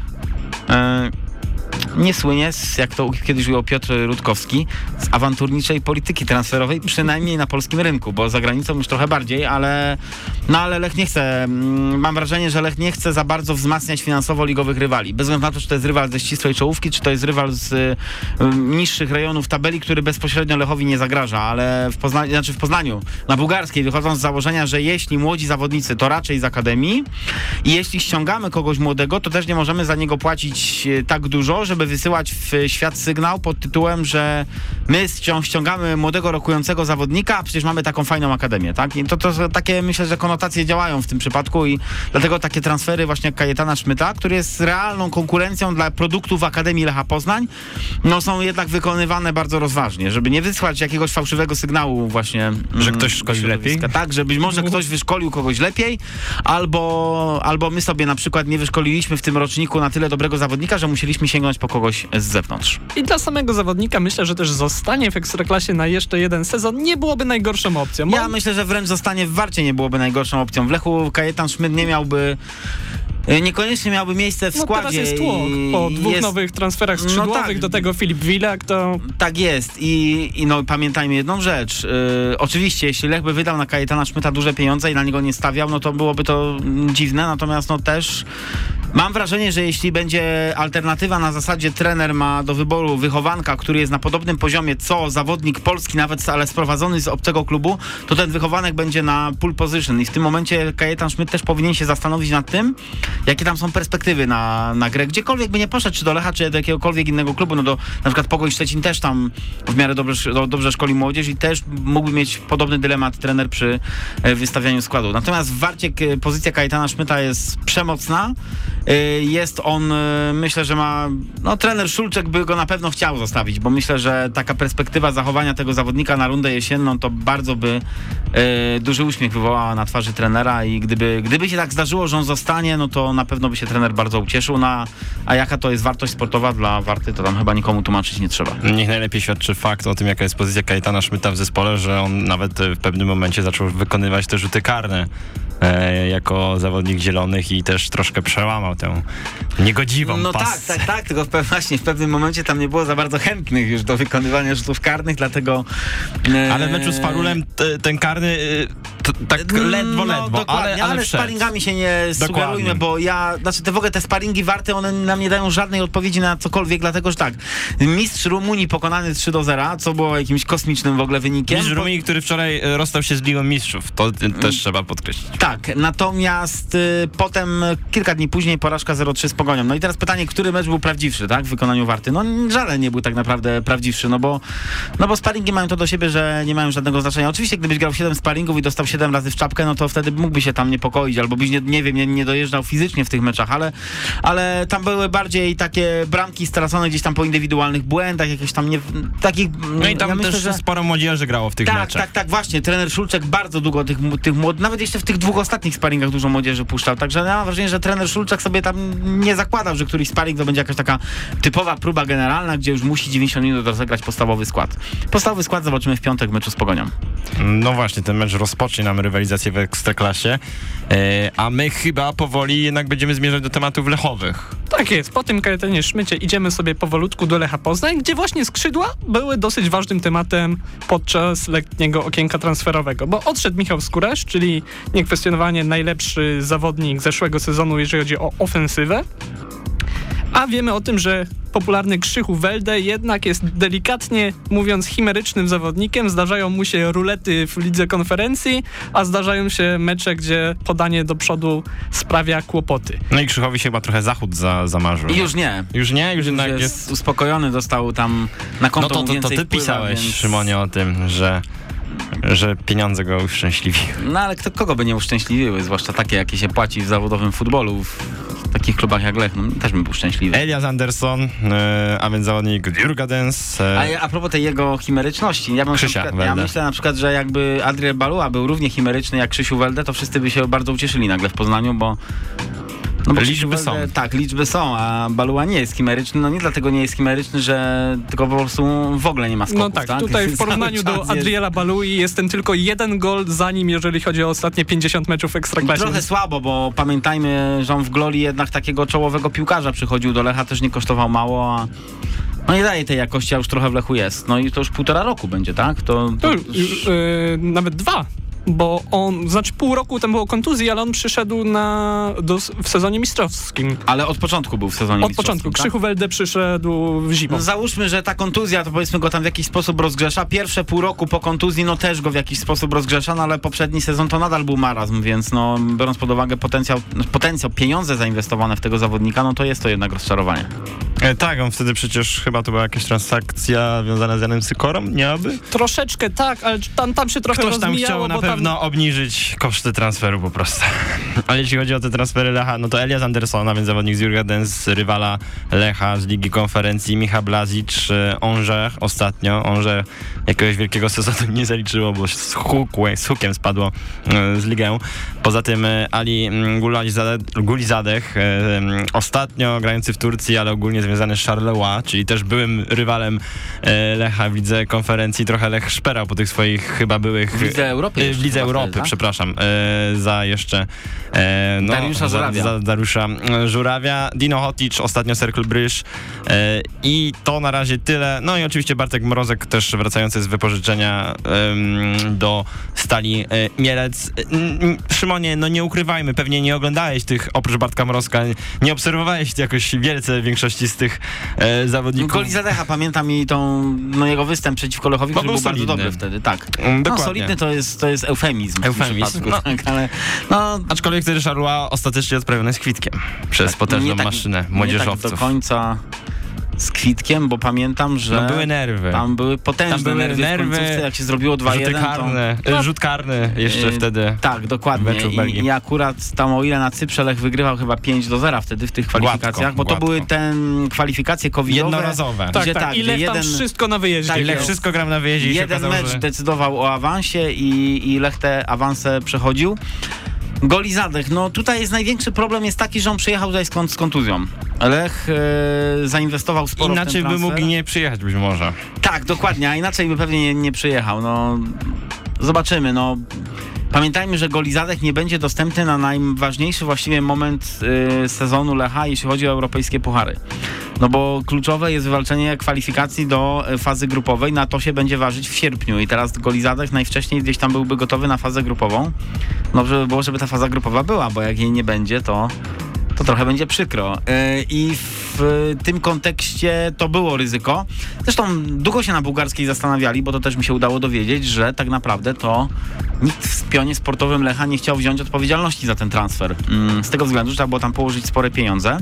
nie słynie, jak to kiedyś mówił Piotr Rutkowski, z awanturniczej polityki transferowej, przynajmniej na polskim rynku, bo za granicą już trochę bardziej, ale Lech nie chce, mam wrażenie, że Lech nie chce za bardzo wzmacniać finansowo ligowych rywali. Bez względu na to, czy to jest rywal ze ścisłej czołówki, czy to jest rywal z niższych rejonów tabeli, który bezpośrednio Lechowi nie zagraża, ale w Poznaniu, na Bułgarskiej, wychodząc z założenia, że jeśli młodzi zawodnicy, to raczej z akademii i jeśli ściągamy kogoś młodego, to też nie możemy za niego płacić tak dużo, żeby wysyłać w świat sygnał pod tytułem, że my ściągamy młodego, rokującego zawodnika, a przecież mamy taką fajną akademię, tak? I to takie, myślę, że konotacje działają w tym przypadku i dlatego takie transfery właśnie jak Kajetana Schmidta, który jest realną konkurencją dla produktów Akademii Lecha Poznań, są jednak wykonywane bardzo rozważnie, żeby nie wysłać jakiegoś fałszywego sygnału właśnie. Że ktoś szkoli lepiej? Tak, że być może ktoś wyszkolił kogoś lepiej, albo my sobie na przykład nie wyszkoliliśmy w tym roczniku na tyle dobrego zawodnika, że musieliśmy sięgnąć po kogoś z zewnątrz. I dla samego zawodnika myślę, że też zostanie w Ekstraklasie na jeszcze jeden sezon nie byłoby najgorszą opcją. Ja myślę, że wręcz zostanie w Warcie nie byłoby najgorszą opcją. W Lechu Kajetan Schmidt nie miałby niekoniecznie miałby miejsce w No składzie. teraz jest tłok. Po dwóch nowych transferach skrzydłowych, do tego Filip Wilak, to... Tak jest i no, pamiętajmy jedną rzecz. Oczywiście, jeśli Lech by wydał na Kajetana Szmyta duże pieniądze i na niego nie stawiał, no to byłoby to dziwne, natomiast no też mam wrażenie, że jeśli będzie alternatywa na zasadzie trener ma do wyboru wychowanka, który jest na podobnym poziomie co zawodnik polski nawet, ale sprowadzony z obcego klubu, to ten wychowanek będzie na pole position i w tym momencie Kajetan Szmyt też powinien się zastanowić nad tym, jakie tam są perspektywy na grę. Gdziekolwiek by nie poszedł, czy do Lecha, czy do jakiegokolwiek innego klubu, no do na przykład Pogoń Szczecin też tam w miarę dobrze szkoli młodzież i też mógłby mieć podobny dylemat trener przy wystawianiu składu. Natomiast w Warcie pozycja Kajetana Szmyta jest przemocna. Jest on, myślę, że ma, no trener Szulczek by go na pewno chciał zostawić, bo myślę, że taka perspektywa zachowania tego zawodnika na rundę jesienną to bardzo by duży uśmiech wywołała na twarzy trenera i gdyby się tak zdarzyło, że on zostanie, no to na pewno by się trener bardzo ucieszył, a jaka to jest wartość sportowa dla Warty, to tam chyba nikomu tłumaczyć nie trzeba. Niech najlepiej świadczy fakt o tym, jaka jest pozycja Kajetana Szmyta w zespole, że on nawet w pewnym momencie zaczął wykonywać te rzuty karne jako zawodnik zielonych i też troszkę przełamał tę niegodziwą pasję. Tak, tylko w pewnym momencie tam nie było za bardzo chętnych już do wykonywania rzutów karnych, dlatego... Ale w meczu z Farulem ten karny tak ledwo, dokładnie, ale sparingami się nie sugerujmy, bo te sparingi Warty, one nam nie dają żadnej odpowiedzi na cokolwiek, dlatego, że tak, mistrz Rumunii pokonany 3-0, co było jakimś kosmicznym w ogóle wynikiem. Mistrz Rumunii, który wczoraj rozstał się z Ligą Mistrzów, to też trzeba podkreślić. Tak, natomiast potem kilka dni później porażka 0-3 z Pogonią. No i teraz pytanie, który mecz był prawdziwszy, tak, w wykonaniu Warty? No żaden nie był tak naprawdę prawdziwszy, no bo sparingi mają to do siebie, że nie mają żadnego znaczenia. Oczywiście, gdybyś grał 7 sparingów i dostał 7 razy w czapkę, no to wtedy mógłby się tam niepokoić, albo byś nie dojeżdżał fizycznie w tych meczach, ale tam były bardziej takie bramki stracone gdzieś tam po indywidualnych błędach, jakieś tam takich... No i tam też sporo młodzieży grało w tych meczach. Tak, właśnie. Trener Szulczek bardzo długo tych młodych, nawet jeszcze w tych 2 ostatnich sparingach dużo młodzieży puszczał, także ja mam wrażenie, że trener Szulczek sobie tam nie zakładał, że któryś sparing to będzie jakaś taka typowa próba generalna, gdzie już musi 90 minut rozegrać podstawowy skład. Podstawowy skład zobaczymy w piątek w meczu z Pogonią. No właśnie, ten mecz rozpocznie nam rywalizację w Ekstraklasie, a my chyba powoli jednak będziemy zmierzać do tematów lechowych. Tak jest, po tym Kajetanie Szmycie idziemy sobie powolutku do Lecha Poznań, gdzie właśnie skrzydła były dosyć ważnym tematem podczas letniego okienka transferowego, bo odszedł Michał Skóraś, czyli niekwestionowanie najlepszy zawodnik zeszłego sezonu, jeżeli chodzi o ofensywę. A wiemy o tym, że popularny Krzychu Welde jednak jest delikatnie mówiąc chimerycznym zawodnikiem. Zdarzają mu się rulety w Lidze Konferencji, a zdarzają się mecze, gdzie podanie do przodu sprawia kłopoty. No i Krzychowi się chyba trochę Zachód zamarzył. I już nie. Już nie? Już jednak jest uspokojony, dostał tam na konto więcej to ty wpływa, pisałeś, więc... Szymonie, o tym, że pieniądze go uszczęśliwiły. No ale kogo by nie uszczęśliwiły, zwłaszcza takie, jakie się płaci w zawodowym futbolu, w takich klubach jak Lech, no też bym był szczęśliwy. Elias Anderson, a więc zawodnik Djurgårdens. A propos tej jego chimeryczności, ja myślę na przykład, że jakby Adriel Balua był równie chimeryczny jak Krzysiu Welde, to wszyscy by się bardzo ucieszyli nagle w Poznaniu, bo liczby są. Tak, liczby są, a Balua nie jest chimeryczny. No nie dlatego nie jest chimeryczny, że tylko po prostu w ogóle nie ma skoków. No tak, tutaj w porównaniu do Adriela Balui jest ten tylko 1 gol za nim, jeżeli chodzi o ostatnie 50 meczów w Ekstraklasie. Trochę słabo, bo pamiętajmy, że on w Gloli jednak takiego czołowego piłkarza przychodził do Lecha, też nie kosztował mało, a no nie daje tej jakości, a już trochę w Lechu jest. No i to już 1,5 roku będzie, tak? Nawet 2. Bo pół roku tam było kontuzji, ale on przyszedł w sezonie mistrzowskim. Ale od początku był w sezonie mistrzowskim. Od początku. Tak? Krzychu Welde przyszedł w zimą. No załóżmy, że ta kontuzja, to powiedzmy go tam w jakiś sposób rozgrzesza. Pierwsze pół roku po kontuzji, no też go w jakiś sposób rozgrzesza, no ale poprzedni sezon to nadal był marazm, więc no biorąc pod uwagę potencjał, pieniądze zainwestowane w tego zawodnika, no to jest to jednak rozczarowanie. Tak, on wtedy przecież chyba to była jakaś transakcja związana z Janem Sykorą, nie aby? Troszeczkę tak, ale tam się trochę rozmijało. Ktoś tam chciał na pewno obniżyć koszty transferu po prostu. Ale jeśli chodzi o te transfery Lecha, no to Elias Anderson, a więc zawodnik z Djurgårdens, rywala Lecha z Ligi Konferencji, Micha Blazic, Angers ostatnio. Angers jakiegoś wielkiego sezonu nie zaliczyło, bo z hukiem spadło z ligę. Poza tym Ali Gulizadeh, ostatnio grający w Turcji, ale ogólnie związany związany z Charleroi, czyli też byłym rywalem Lecha w Lidze Konferencji. Trochę Lech szperał po tych swoich chyba byłych... W Lidze Europy. W Lidze Europy, wtedy, tak? Przepraszam, za jeszcze... Dariusza Żurawia. Za Dariusza Żurawia. Dino Hotic, ostatnio Cercle Bruges. I to na razie tyle. No i oczywiście Bartek Mrozek, też wracający z wypożyczenia do Stali Mielec. Szymonie, no nie ukrywajmy, pewnie nie oglądałeś tych, oprócz Bartka Mrozka, nie obserwowałeś jakoś wielce większości z tych zawodników. Goli Zadecha, pamiętam i jego występ przeciwko Lechowi, który był bardzo dobry wtedy, tak. Dokładnie. Solidny to jest eufemizm. Eufemizm, tak, ale aczkolwiek wtedy Charleroi ostatecznie odprawiony z kwitkiem przez potężną maszynę młodzieżowców. Nie tak do końca z kwitkiem, bo pamiętam, że były nerwy. Tam były potężne nerwy w końcówce, jak się zrobiło 2-1. Rzut karny jeszcze wtedy. Tak, dokładnie. I akurat tam, o ile na Cyprze Lech wygrywał chyba 5-0 wtedy w tych kwalifikacjach, bo to były kwalifikacje covidowe. Jednorazowe. Tak, i Lech tam wszystko na wyjeździe. Tak, Lech wszystko grał na wyjeździe. Jeden mecz decydował o awansie i Lech te awanse przechodził. Goli Zadech, no tutaj jest największy problem jest taki, że on przyjechał tutaj z kontuzją. Lech zainwestował sporo inaczej w ten transfer. by mógł nie przyjechać być może. Tak, dokładnie, a inaczej by pewnie nie przyjechał. No, zobaczymy, no. Pamiętajmy, że Goli Zadech nie będzie dostępny na najważniejszy właściwie moment sezonu Lecha, jeśli chodzi o europejskie puchary. No bo kluczowe jest wywalczenie kwalifikacji do fazy grupowej, na to się będzie ważyć w sierpniu i teraz Goli Zadech najwcześniej gdzieś tam byłby gotowy na fazę grupową. No żeby było, żeby ta faza grupowa była, bo jak jej nie będzie, to trochę będzie przykro. I w tym kontekście to było ryzyko. Zresztą długo się na bułgarskiej zastanawiali, bo to też mi się udało dowiedzieć, że tak naprawdę to nikt w pionie sportowym Lecha nie chciał wziąć odpowiedzialności za ten transfer. Z tego względu, że trzeba było tam położyć spore pieniądze.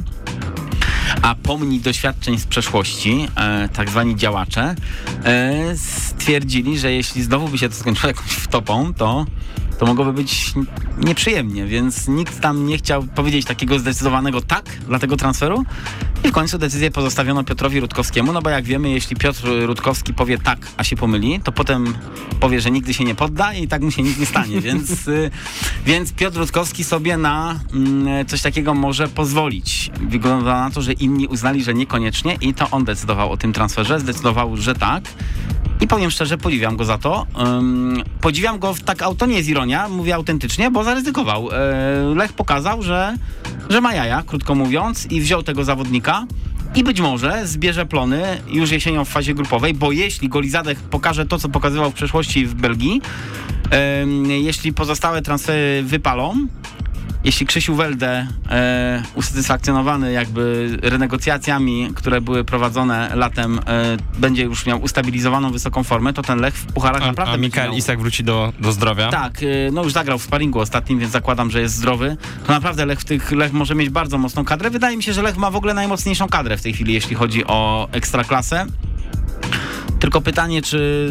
A pomni doświadczeń z przeszłości, tak zwani działacze, stwierdzili, że jeśli znowu by się to skończyło jakąś wtopą, to mogłoby być nieprzyjemnie, więc nikt tam nie chciał powiedzieć takiego zdecydowanego tak dla tego transferu i w końcu decyzję pozostawiono Piotrowi Rutkowskiemu, no bo jak wiemy, jeśli Piotr Rutkowski powie tak, a się pomyli, to potem powie, że nigdy się nie podda i tak mu się nic nie stanie, więc Piotr Rutkowski sobie na coś takiego może pozwolić. Wygląda na to, że inni uznali, że niekoniecznie i to on decydował o tym transferze, zdecydował, że tak. I powiem szczerze, podziwiam go za to. Podziwiam go, to nie jest ironia, mówię autentycznie, bo zaryzykował. Lech pokazał, że ma jaja, krótko mówiąc, i wziął tego zawodnika i być może zbierze plony już jesienią w fazie grupowej, bo jeśli Goli Zadech pokaże to, co pokazywał w przeszłości w Belgii, jeśli pozostałe transfery wypalą, jeśli Krzysiu Welde, usatysfakcjonowany jakby renegocjacjami, które były prowadzone latem, będzie już miał ustabilizowaną wysoką formę, to ten Lech w pucharach naprawdę... A Mikael Isak wróci do zdrowia? Tak, no już zagrał w sparingu ostatnim, więc zakładam, że jest zdrowy. To naprawdę Lech może mieć bardzo mocną kadrę. Wydaje mi się, że Lech ma w ogóle najmocniejszą kadrę w tej chwili, jeśli chodzi o ekstraklasę. Tylko pytanie, czy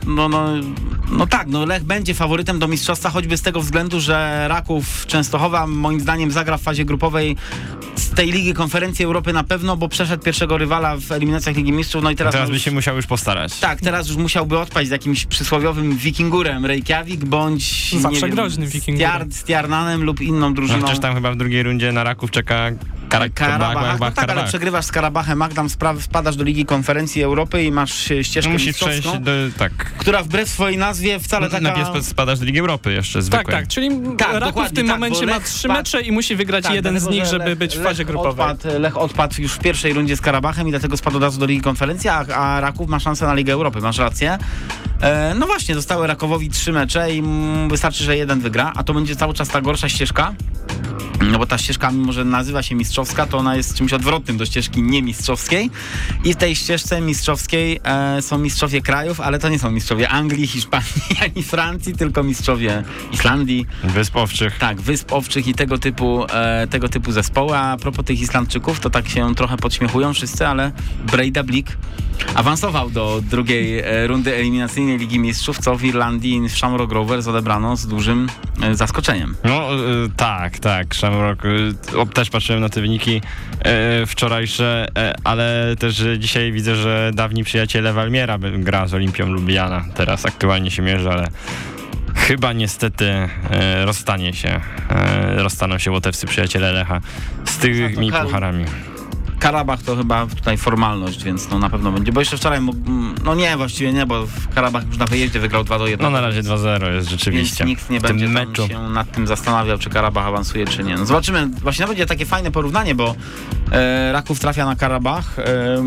Lech będzie faworytem do mistrzostwa, choćby z tego względu, że Raków Częstochowa moim zdaniem zagra w fazie grupowej z tej Ligi Konferencji Europy na pewno, bo przeszedł pierwszego rywala w eliminacjach Ligi Mistrzów, no i teraz by się musiał już postarać. Tak, teraz już musiałby odpaść z jakimś przysłowiowym Wikingurem Reykjavik, bądź zawsze groźnym Wikingurem. Stjarnanem lub inną drużyną. No, przecież tam chyba w drugiej rundzie na Raków czeka Karabach. No tak, ale przegrywasz z Karabachem, Magdam, spadasz do Ligi Konferencji Europy i masz ścieżkę mistrzowską, która wbrew swojej nazwie wcale taka... Najpierw spadasz do Ligi Europy jeszcze zwykłej. Tak, czyli Raków w tym momencie ma 3 mecze i musi wygrać jeden z nich, żeby być w fazie grupowej. Lech odpadł już w pierwszej rundzie z Karabachem i dlatego spadł od razu do Ligi Konferencji, a Raków ma szansę na Ligę Europy, masz rację. No właśnie, zostały Rakowowi 3 mecze i wystarczy, że jeden wygra, a to będzie cały czas ta gorsza ścieżka. No bo ta ścieżka, mimo że nazywa się mistrzowska, to ona jest czymś odwrotnym do ścieżki niemistrzowskiej. I w tej ścieżce mistrzowskiej są mistrzowie krajów, ale to nie są mistrzowie Anglii, Hiszpanii ani Francji, tylko mistrzowie Islandii. Wysp Owczych. Tak, Wysp Owczych i tego typu zespoły. A propos tych Islandczyków, to tak się trochę podśmiechują wszyscy, ale Breiðablik awansował do drugiej rundy eliminacyjnej Ligi Mistrzów, co w Irlandii w Shamrock Rovers odebrano z dużym zaskoczeniem. No tak. Shamrock, też patrzyłem na te wyniki wczorajsze, ale też dzisiaj widzę, że dawni przyjaciele Walmiera gra z Olimpią Lubliana. Teraz aktualnie się mierzy, ale chyba niestety rozstaną się łotewscy przyjaciele Lecha z tymi pucharami. Karabach to chyba tutaj formalność, więc no na pewno będzie, bo jeszcze wczoraj właściwie nie, bo w Karabach już na wyjeździe wygrał 2-1. No na razie 2-0 jest rzeczywiście. Więc nikt nie będzie tam się nad tym zastanawiał, czy Karabach awansuje, czy nie. No zobaczymy, właśnie będzie takie fajne porównanie, bo Raków trafia na Karabach.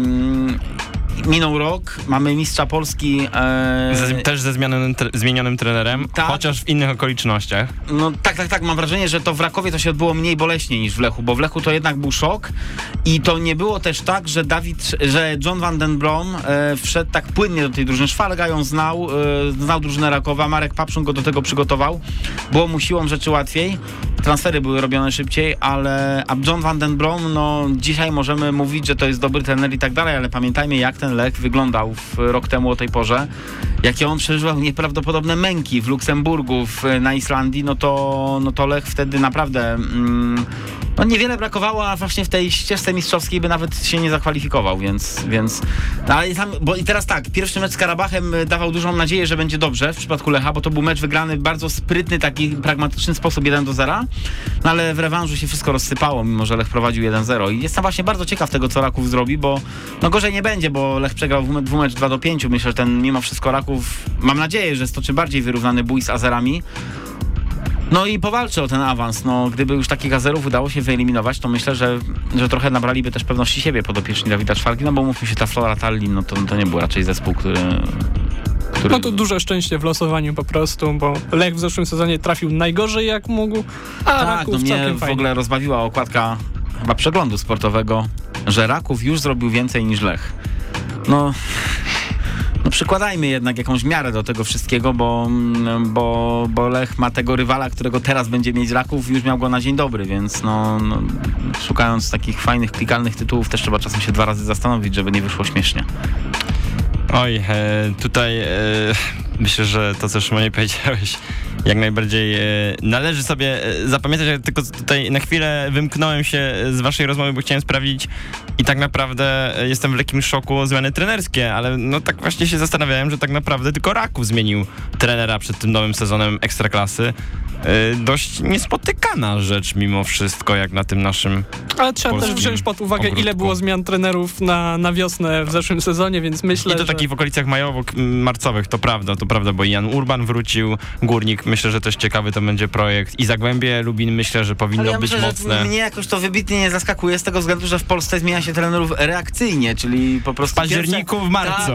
Minął rok, mamy mistrza Polski. Też ze zmienionym trenerem, tak. Chociaż w innych okolicznościach. No tak, mam wrażenie, że to w Rakowie to się odbyło mniej boleśnie niż w Lechu, bo w Lechu to jednak był szok i to nie było też tak, że John van den Brom wszedł tak płynnie do tej drużyny. Szwalga ją znał drużynę Rakowa, Marek Papszun go do tego przygotował, było mu siłą rzeczy łatwiej, transfery były robione szybciej, a John van den Brom, no dzisiaj możemy mówić, że to jest dobry trener i tak dalej, ale pamiętajmy, jak ten Lech wyglądał rok temu o tej porze, jakie on przeżywał nieprawdopodobne męki w Luksemburgu, na Islandii, no to Lech wtedy naprawdę niewiele brakowało, a właśnie w tej ścieżce mistrzowskiej by nawet się nie zakwalifikował, więc ale tam, bo i teraz tak, pierwszy mecz z Karabachem dawał dużą nadzieję, że będzie dobrze w przypadku Lecha, bo to był mecz wygrany w bardzo sprytny, taki pragmatyczny sposób 1-0, no ale w rewanżu się wszystko rozsypało, mimo że Lech prowadził 1-0 i jestem właśnie bardzo ciekaw tego, co Raków zrobi, bo no gorzej nie będzie, bo Lech przegrał dwumecz 2-5, myślę, że ten mimo wszystko Raków, mam nadzieję, że stoczy bardziej wyrównany bój z Azerami. No i powalczy o ten awans. No, gdyby już takich Azerów udało się wyeliminować, to myślę, że trochę nabraliby też pewności siebie podopieczni Dawida Szwalgi, no bo mówmy się, ta Flora Tallinn, no to nie był raczej zespół, który... No to duże szczęście w losowaniu po prostu, bo Lech w zeszłym sezonie trafił najgorzej jak mógł, a Raków no mnie całkiem fajnie. W ogóle rozbawiła okładka chyba przeglądu sportowego, że Raków już zrobił więcej niż Lech. No przykładajmy jednak jakąś miarę do tego wszystkiego, bo Lech ma tego rywala, którego teraz będzie mieć Raków, już miał go na dzień dobry, więc szukając takich fajnych, klikalnych tytułów też trzeba czasem się 2 razy zastanowić, żeby nie wyszło śmiesznie. Oj, tutaj myślę, że to, co Szymonie powiedziałeś, jak najbardziej należy sobie zapamiętać. Ja tylko tutaj na chwilę wymknąłem się z waszej rozmowy, bo chciałem sprawdzić i tak naprawdę jestem w lekkim szoku o zmiany trenerskie, ale no tak właśnie się zastanawiałem, że tak naprawdę tylko Raków zmienił trenera przed tym nowym sezonem Ekstraklasy. Dość niespotykana rzecz mimo wszystko, jak na tym naszym ale trzeba też wziąć pod uwagę, ogródku. Ile było zmian trenerów na wiosnę w zeszłym sezonie, więc myślę, i to takich w okolicach majowo-marcowych, to prawda, bo Jan Urban wrócił, Górnik, myślę, że też ciekawy to będzie projekt i Zagłębie Lubin, myślę, że powinno być mocne. Mnie jakoś to wybitnie nie zaskakuje z tego względu, że w Polsce zmienia się trenerów reakcyjnie, czyli po prostu... W październiku, w marcu.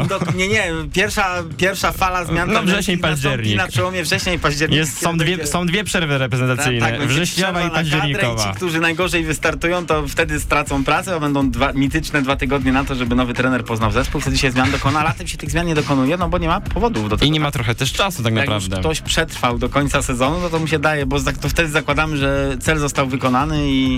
Pierwsza fala zmian... No wrzesień, październik. Na przełomie września i października. Są dwie przerwy reprezentacyjne, wrześniowa i październikowa. Ci, którzy najgorzej wystartują, to wtedy stracą pracę, a będą mityczne 2 tygodnie na to, żeby nowy trener poznał zespół, wtedy się zmian dokona, a latem się tych zmian nie dokonuje, no bo nie ma powodów do tego. I nie ma trochę też czasu tak naprawdę. Jak już ktoś przetrwał do końca sezonu, no to mu się daje, bo to wtedy zakładamy, że cel został wykonany i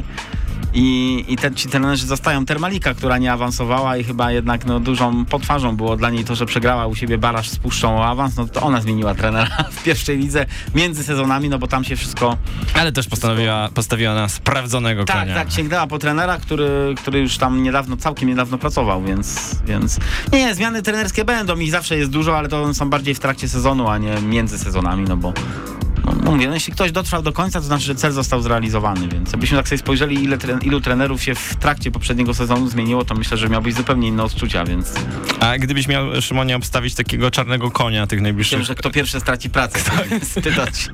ci trenerzy zostają. Termalika, która nie awansowała i chyba jednak dużą potwarzą było dla niej to, że przegrała u siebie baraż z Puszczą o awans, no to ona zmieniła trenera w pierwszej lidze między sezonami, no bo tam się wszystko... Ale też postawiła na sprawdzonego konia. Tak, sięgnęła po trenera, który już tam całkiem niedawno pracował, więc... Nie, zmiany trenerskie będą, ich zawsze jest dużo, ale to są bardziej w trakcie sezonu, a nie między sezonami, no bo... Mówię, jeśli ktoś dotrwał do końca, to znaczy, że cel został zrealizowany, więc jakbyśmy tak sobie spojrzeli, ilu trenerów się w trakcie poprzedniego sezonu zmieniło, to myślę, że miałbyś zupełnie inne odczucia, więc... A gdybyś miał, Szymonie, obstawić takiego czarnego konia tych najbliższych... Wiem, że kto pierwszy straci pracę, spytać.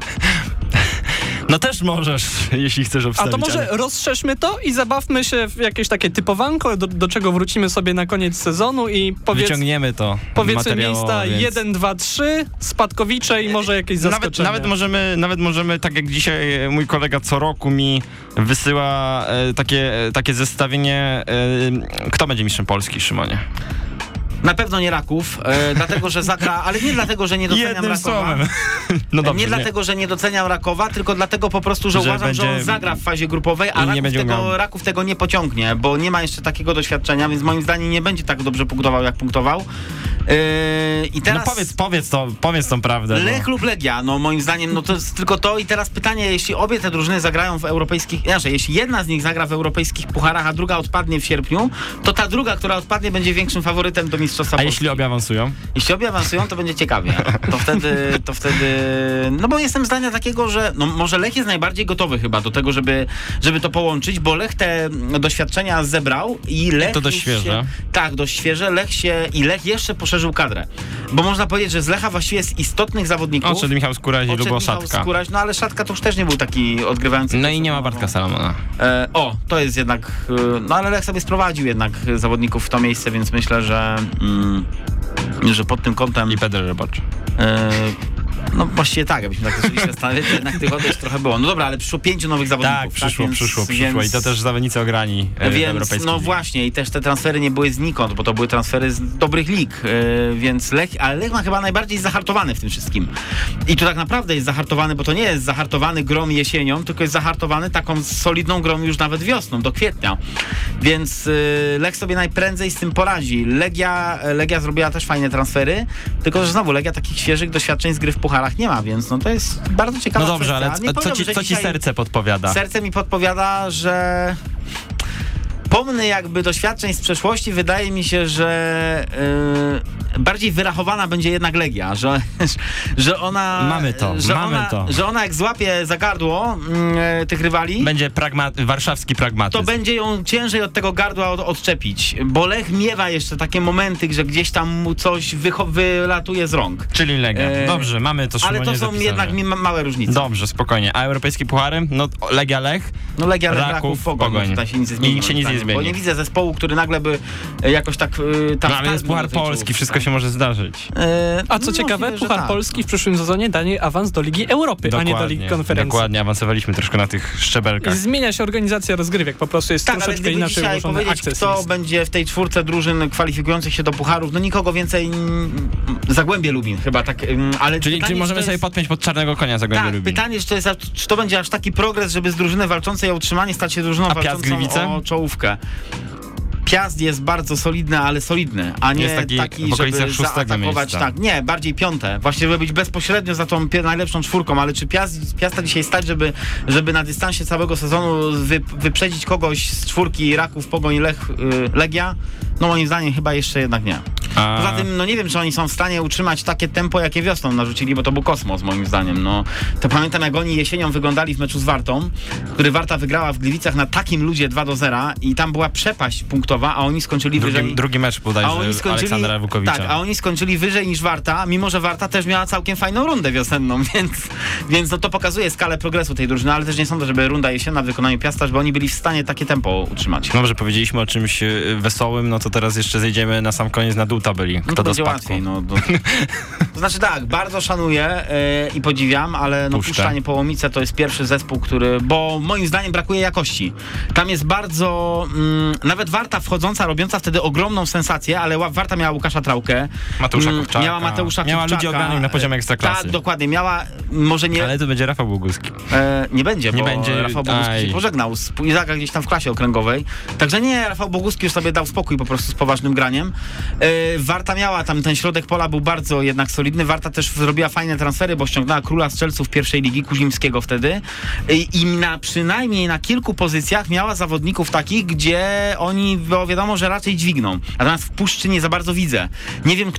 No też możesz, jeśli chcesz obstawić. A to może rozszerzmy to i zabawmy się w jakieś takie typowanko, do czego wrócimy sobie na koniec sezonu i wyciągniemy to. Powiedzmy miejsca 1, 2, 3, spadkowicze i może jakieś zaskoczenia. Nawet możemy, tak jak dzisiaj mój kolega co roku mi wysyła takie zestawienie, kto będzie mistrzem Polski, Szymonie? Na pewno nie Raków, dlatego że zagra, ale nie dlatego, że nie doceniam Jednym Rakowa. Słowem. No dobrze, nie dlatego, że nie doceniam Rakowa, tylko dlatego po prostu, że uważam, że on zagra w fazie grupowej, a Raków tego nie pociągnie, bo nie ma jeszcze takiego doświadczenia, więc moim zdaniem nie będzie tak dobrze punktował, jak punktował. I teraz... Powiedz tą prawdę. Lech lub Legia, no moim zdaniem, no to jest tylko to i teraz pytanie, jeśli obie te drużyny zagrają w europejskich, jeśli jedna z nich zagra w europejskich pucharach, a druga odpadnie w sierpniu, to ta druga, która odpadnie, będzie większym faworytem do Mistrzostwa Polski. A jeśli obie awansują? Jeśli obie awansują, to będzie ciekawie. To wtedy, no bo jestem zdania takiego, że no może Lech jest najbardziej gotowy chyba do tego, żeby to połączyć, bo Lech te doświadczenia zebrał i Lech... To dość świeże. Tak, dość świeże. Lech jeszcze poszerzył kadrę. Bo można powiedzieć, że z Lecha właściwie z istotnych zawodników... Odszedł Michał Skóraś i Lubo Szatka. No ale Szatka to już też nie był taki odgrywający... No i nie ma Bartka Salamona. To jest jednak... No ale Lech sobie sprowadził jednak zawodników w to miejsce, więc myślę, że pod tym kątem... I Pedro Rybacz. No właściwie tak, jakbyśmy tak zaczęli się zastanawiać, to jednak tych odejść trochę było. No dobra, ale przyszło 5 nowych zawodników. Tak, przyszło. I to też zawodnicy ograni w europejskiej no właśnie, i też te transfery nie były znikąd, bo to były transfery z dobrych lig, więc Lech ma chyba najbardziej zahartowany w tym wszystkim. I tu tak naprawdę jest zahartowany, bo to nie jest zahartowany grom jesienią, tylko jest zahartowany taką solidną grą już nawet wiosną, do kwietnia. Więc Lech sobie najprędzej z tym poradzi. Legia zrobiła też fajne transfery, tylko że znowu Legia takich świeżych doświadczeń z gry w pucharach nie ma, więc no to jest bardzo ciekawa No dobrze, kwestia. ale co ci serce podpowiada? Serce mi podpowiada, że pomny jakby doświadczeń z przeszłości, wydaje mi się, że bardziej wyrachowana będzie jednak Legia, że ona... Mamy to. Że ona jak złapie za gardło tych rywali... Będzie warszawski pragmatyzm. To będzie ją ciężej od tego gardła odczepić, bo Lech miewa jeszcze takie momenty, że gdzieś tam mu coś wylatuje z rąk. Czyli Legia. Dobrze, mamy to ale to są jednak małe różnice. Dobrze, spokojnie. A europejskie puchary? No Legia Lech? No Legia Lech, Raków, Pogoń. Tutaj się nic nie zmieni. I się nic nie zmieni. Bo nie widzę zespołu, który nagle by jakoś tak... No ale jest Puchar Polski, wszystko się może zdarzyć. A co ciekawe, Puchar Polski w przyszłym sezonie daje awans do Ligi Europy, a nie do Ligi Konferencji. Dokładnie, awansowaliśmy troszkę na tych szczebelkach. I zmienia się organizacja rozgrywek, po prostu jest troszeczkę inaczej ułożony akces. Kto będzie w tej czwórce drużyn kwalifikujących się do pucharów, no nikogo więcej Zagłębie Lubin chyba tak, ale... Czyli możemy sobie podpiąć pod czarnego konia Zagłębie Lubin. Pytanie, czy to będzie aż taki progres, żeby z drużyny walczącej o utrzymanie stać się drużyną walczącą o czołówkę. Piast jest bardzo solidny, ale solidny, a nie taki żeby zaatakować. Tak, nie, bardziej piąte. Właśnie, żeby być bezpośrednio za tą najlepszą czwórką, ale czy Piasta dzisiaj stać, żeby na dystansie całego sezonu wyprzedzić kogoś z czwórki Raków, Pogoń, Legia? No moim zdaniem chyba jeszcze jednak nie. Poza tym, no nie wiem, czy oni są w stanie utrzymać takie tempo, jakie wiosną narzucili, bo to był kosmos moim zdaniem. No, to pamiętam, jak oni jesienią wyglądali w meczu z Wartą, który Warta wygrała w Gliwicach na takim ludzie 2-0 i tam była przepaść punktowa, a oni skończyli wyżej. Drugi mecz bodajże Aleksandra Wukowicza. Tak, a oni skończyli wyżej niż Warta, mimo że Warta też miała całkiem fajną rundę wiosenną, więc no to pokazuje skalę progresu tej drużyny, ale też nie sądzę, żeby runda jesienna w wykonaniu Piasta, żeby oni byli w stanie takie tempo utrzymać. Dobrze, powiedzieliśmy o czymś wesołym, no to teraz jeszcze zejdziemy na sam koniec na dół tabeli. Kto do spadku? Łatwiej, to znaczy tak, bardzo szanuję i podziwiam, ale Puszczanie Połomice to jest pierwszy zespół, bo moim zdaniem brakuje jakości. Tam jest bardzo, nawet Warta wchodząca, robiąca wtedy ogromną sensację, ale Warta miała Łukasza Trałkę, Mateusza Kowczaka, miała Mateusza miała Kowczaka, ludzi ogranych na poziomie ekstraklasy. Tak, dokładnie, miała, może nie... Ale to będzie Rafał Boguski. Nie będzie, bo Rafał Boguski się pożegnał z Izaka gdzieś tam w klasie okręgowej. Także nie, Rafał Boguski już sobie dał spokój po prostu z poważnym graniem. Warta miała tam, ten środek pola był bardzo jednak solidny. Warta też zrobiła fajne transfery, bo ściągnęła króla strzelców pierwszej ligi, Kuzimskiego wtedy. I przynajmniej na kilku pozycjach miała zawodników takich, gdzie oni, bo wiadomo, że raczej dźwigną. Natomiast w Puszczy nie za bardzo widzę. Nie wiem,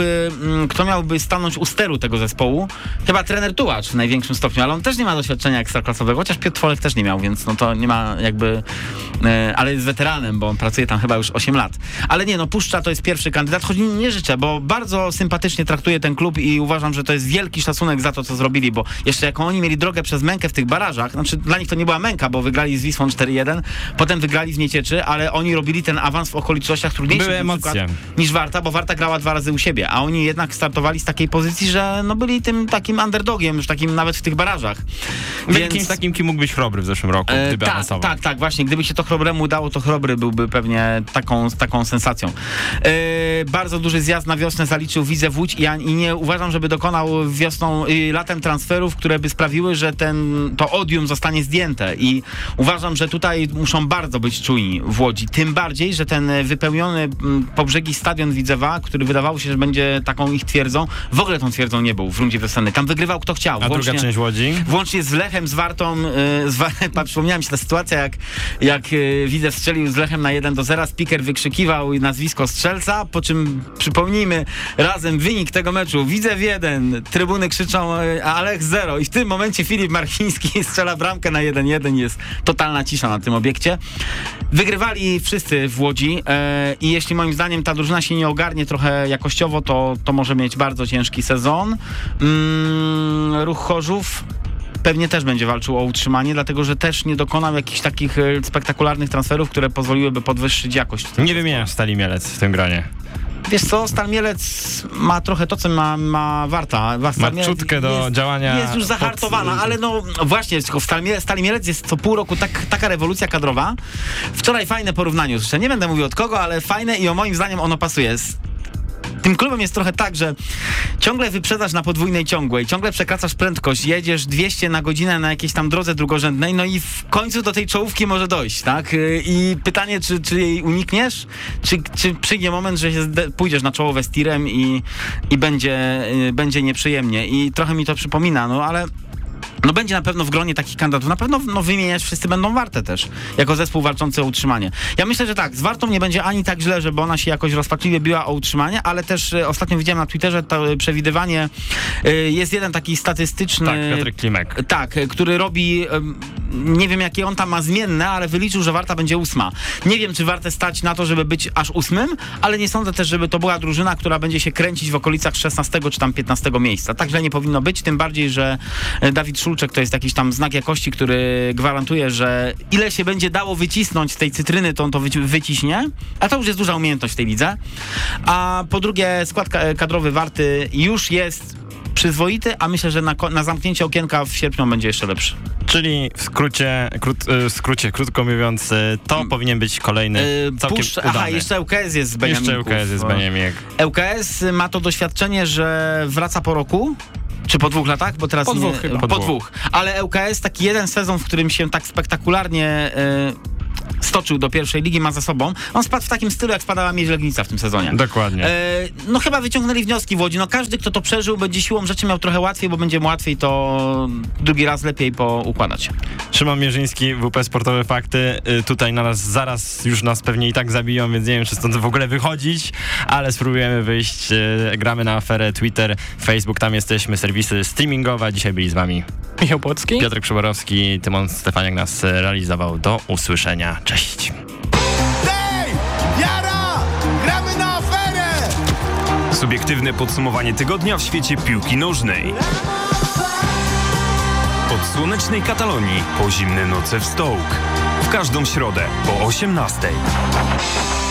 kto miałby stanąć u steru tego zespołu. Chyba trener Tułacz w największym stopniu, ale on też nie ma doświadczenia ekstraklasowego, chociaż Piotr Twolek też nie miał, więc no to nie ma jakby... ale jest weteranem, bo on pracuje tam chyba już 8 lat. Ale nie, Puszcza to jest pierwszy kandydat, choć nie życzę, bo bardzo sympatycznie traktuję ten klub i uważam, że to jest wielki szacunek za to, co zrobili, bo jeszcze jak oni mieli drogę przez mękę w tych barażach, znaczy dla nich to nie była męka, bo wygrali z Wisłą 4-1, potem wygrali w Niecieczy, ale oni robili ten awans w okolicznościach trudniejszych niż Warta, bo Warta grała 2 razy u siebie, a oni jednak startowali z takiej pozycji, że byli tym takim underdogiem, już takim nawet w tych barażach. Byli kimś takim, kim mógł być Chrobry w zeszłym roku, gdyby awansował. Tak, właśnie, gdyby się to Chrobremu udało, to Chrobry byłby pewnie taką taką sensacją. Bardzo duży zjazd na wiosnę zaliczył Widzew Łódź i nie uważam, żeby dokonał latem transferów, które by sprawiły, że to odium zostanie zdjęte i uważam, że tutaj muszą bardzo być czujni w Łodzi. Tym bardziej, że ten wypełniony po brzegi stadion Widzewa, który wydawało się, że będzie taką ich twierdzą, w ogóle tą twierdzą nie był w rundzie wiosennej. Tam wygrywał kto chciał. A druga część Łodzi? Włącznie z Lechem, z Wartą. Przypomniała mi się ta sytuacja, jak Widzew strzelił z Lechem na 1-0, speaker wykrzykiwał nazwisko strzelca, po czym przypomnijmy razem wynik tego meczu. Widzew 1, trybuny krzyczą, a Lech 0 i w tym momencie Filip Marchiński strzela bramkę na 1-1. Jest totalna cisza na tym obiekcie. Wygrywali wszyscy w Łodzi i jeśli moim zdaniem ta drużyna się nie ogarnie trochę jakościowo, to może mieć bardzo ciężki sezon. Ruch Chorzów pewnie też będzie walczył o utrzymanie, dlatego że też nie dokonał jakichś takich spektakularnych transferów, które pozwoliłyby podwyższyć jakość. Nie wymieniasz Stali Mielec w tym gronie. Wiesz co, Stal Mielec ma trochę to, co ma Warta. Ma czutkę do działania. Jest już zahartowana, ale no właśnie, w Stali Mielec jest co pół roku taka rewolucja kadrowa. Wczoraj fajne porównanie usłyszałem. Nie będę mówił od kogo, ale fajne i moim zdaniem ono pasuje. Tym klubem jest trochę tak, że ciągle wyprzedzasz na podwójnej ciągłej, ciągle przekraczasz prędkość, jedziesz 200 na godzinę na jakiejś tam drodze drugorzędnej, no i w końcu do tej czołówki może dojść, tak? I pytanie, czy jej unikniesz, czy przyjdzie moment, że pójdziesz na czołowe z tirem i będzie nieprzyjemnie. I trochę mi to przypomina, no ale no będzie na pewno w gronie takich kandydatów. Na pewno wymieniać wszyscy będą Warte też, jako zespół walczący o utrzymanie. Ja myślę, że tak, z Wartą nie będzie ani tak źle, żeby ona się jakoś rozpaczliwie biła o utrzymanie, ale też ostatnio widziałem na Twitterze to przewidywanie. Jest jeden taki statystyczny... Tak, Piotrek Klimek. Tak, który robi... Nie wiem, jakie on tam ma zmienne, ale wyliczył, że Warta będzie 8. Nie wiem, czy Wartę stać na to, żeby być aż 8, ale nie sądzę też, żeby to była drużyna, która będzie się kręcić w okolicach 16 czy tam 15 miejsca. Tak źle nie powinno być, tym bardziej, że Dawid Szulczek to jest jakiś tam znak jakości, który gwarantuje, że ile się będzie dało wycisnąć z tej cytryny, to on to wyciśnie, a to już jest duża umiejętność w tej lidze. A po drugie, skład kadrowy Warty już jest przyzwoity, a myślę, że na zamknięcie okienka w sierpniu będzie jeszcze lepszy. Czyli w skrócie, krótko mówiąc, to powinien być kolejny całkiem udany. Aha, jeszcze ŁKS jest z Beniamików. Jeszcze ŁKS jest z Beniamik. ŁKS ma to doświadczenie, że wraca po roku, czy po 2 latach? Bo teraz po dwóch chyba. Po dwóch. Ale ŁKS taki jeden sezon, w którym się tak spektakularnie stoczył do pierwszej ligi, ma za sobą. On spadł w takim stylu, jak spadała Miedź Legnica w tym sezonie. Dokładnie. No chyba wyciągnęli wnioski w Łodzi. No każdy, kto to przeżył, będzie siłą rzeczy miał trochę łatwiej, bo będzie mu łatwiej to drugi raz lepiej poukładać. Szymon Mierzyński, WP Sportowe Fakty. Tutaj zaraz już nas pewnie i tak zabiją, więc nie wiem, czy stąd w ogóle wychodzić, ale spróbujemy wyjść. Gramy na aferę Twitter, Facebook, tam jesteśmy, serwisy streamingowe. Dzisiaj byli z wami Michał Płocki, Piotr Przyborowski, Tymon Stefaniak nas realizował. Do usłyszenia. Cześć. Hej! Jara! Gramy na aferę! Subiektywne podsumowanie tygodnia w świecie piłki nożnej. Od słonecznej Katalonii po zimne noce w Stoke. W każdą środę po 18:00.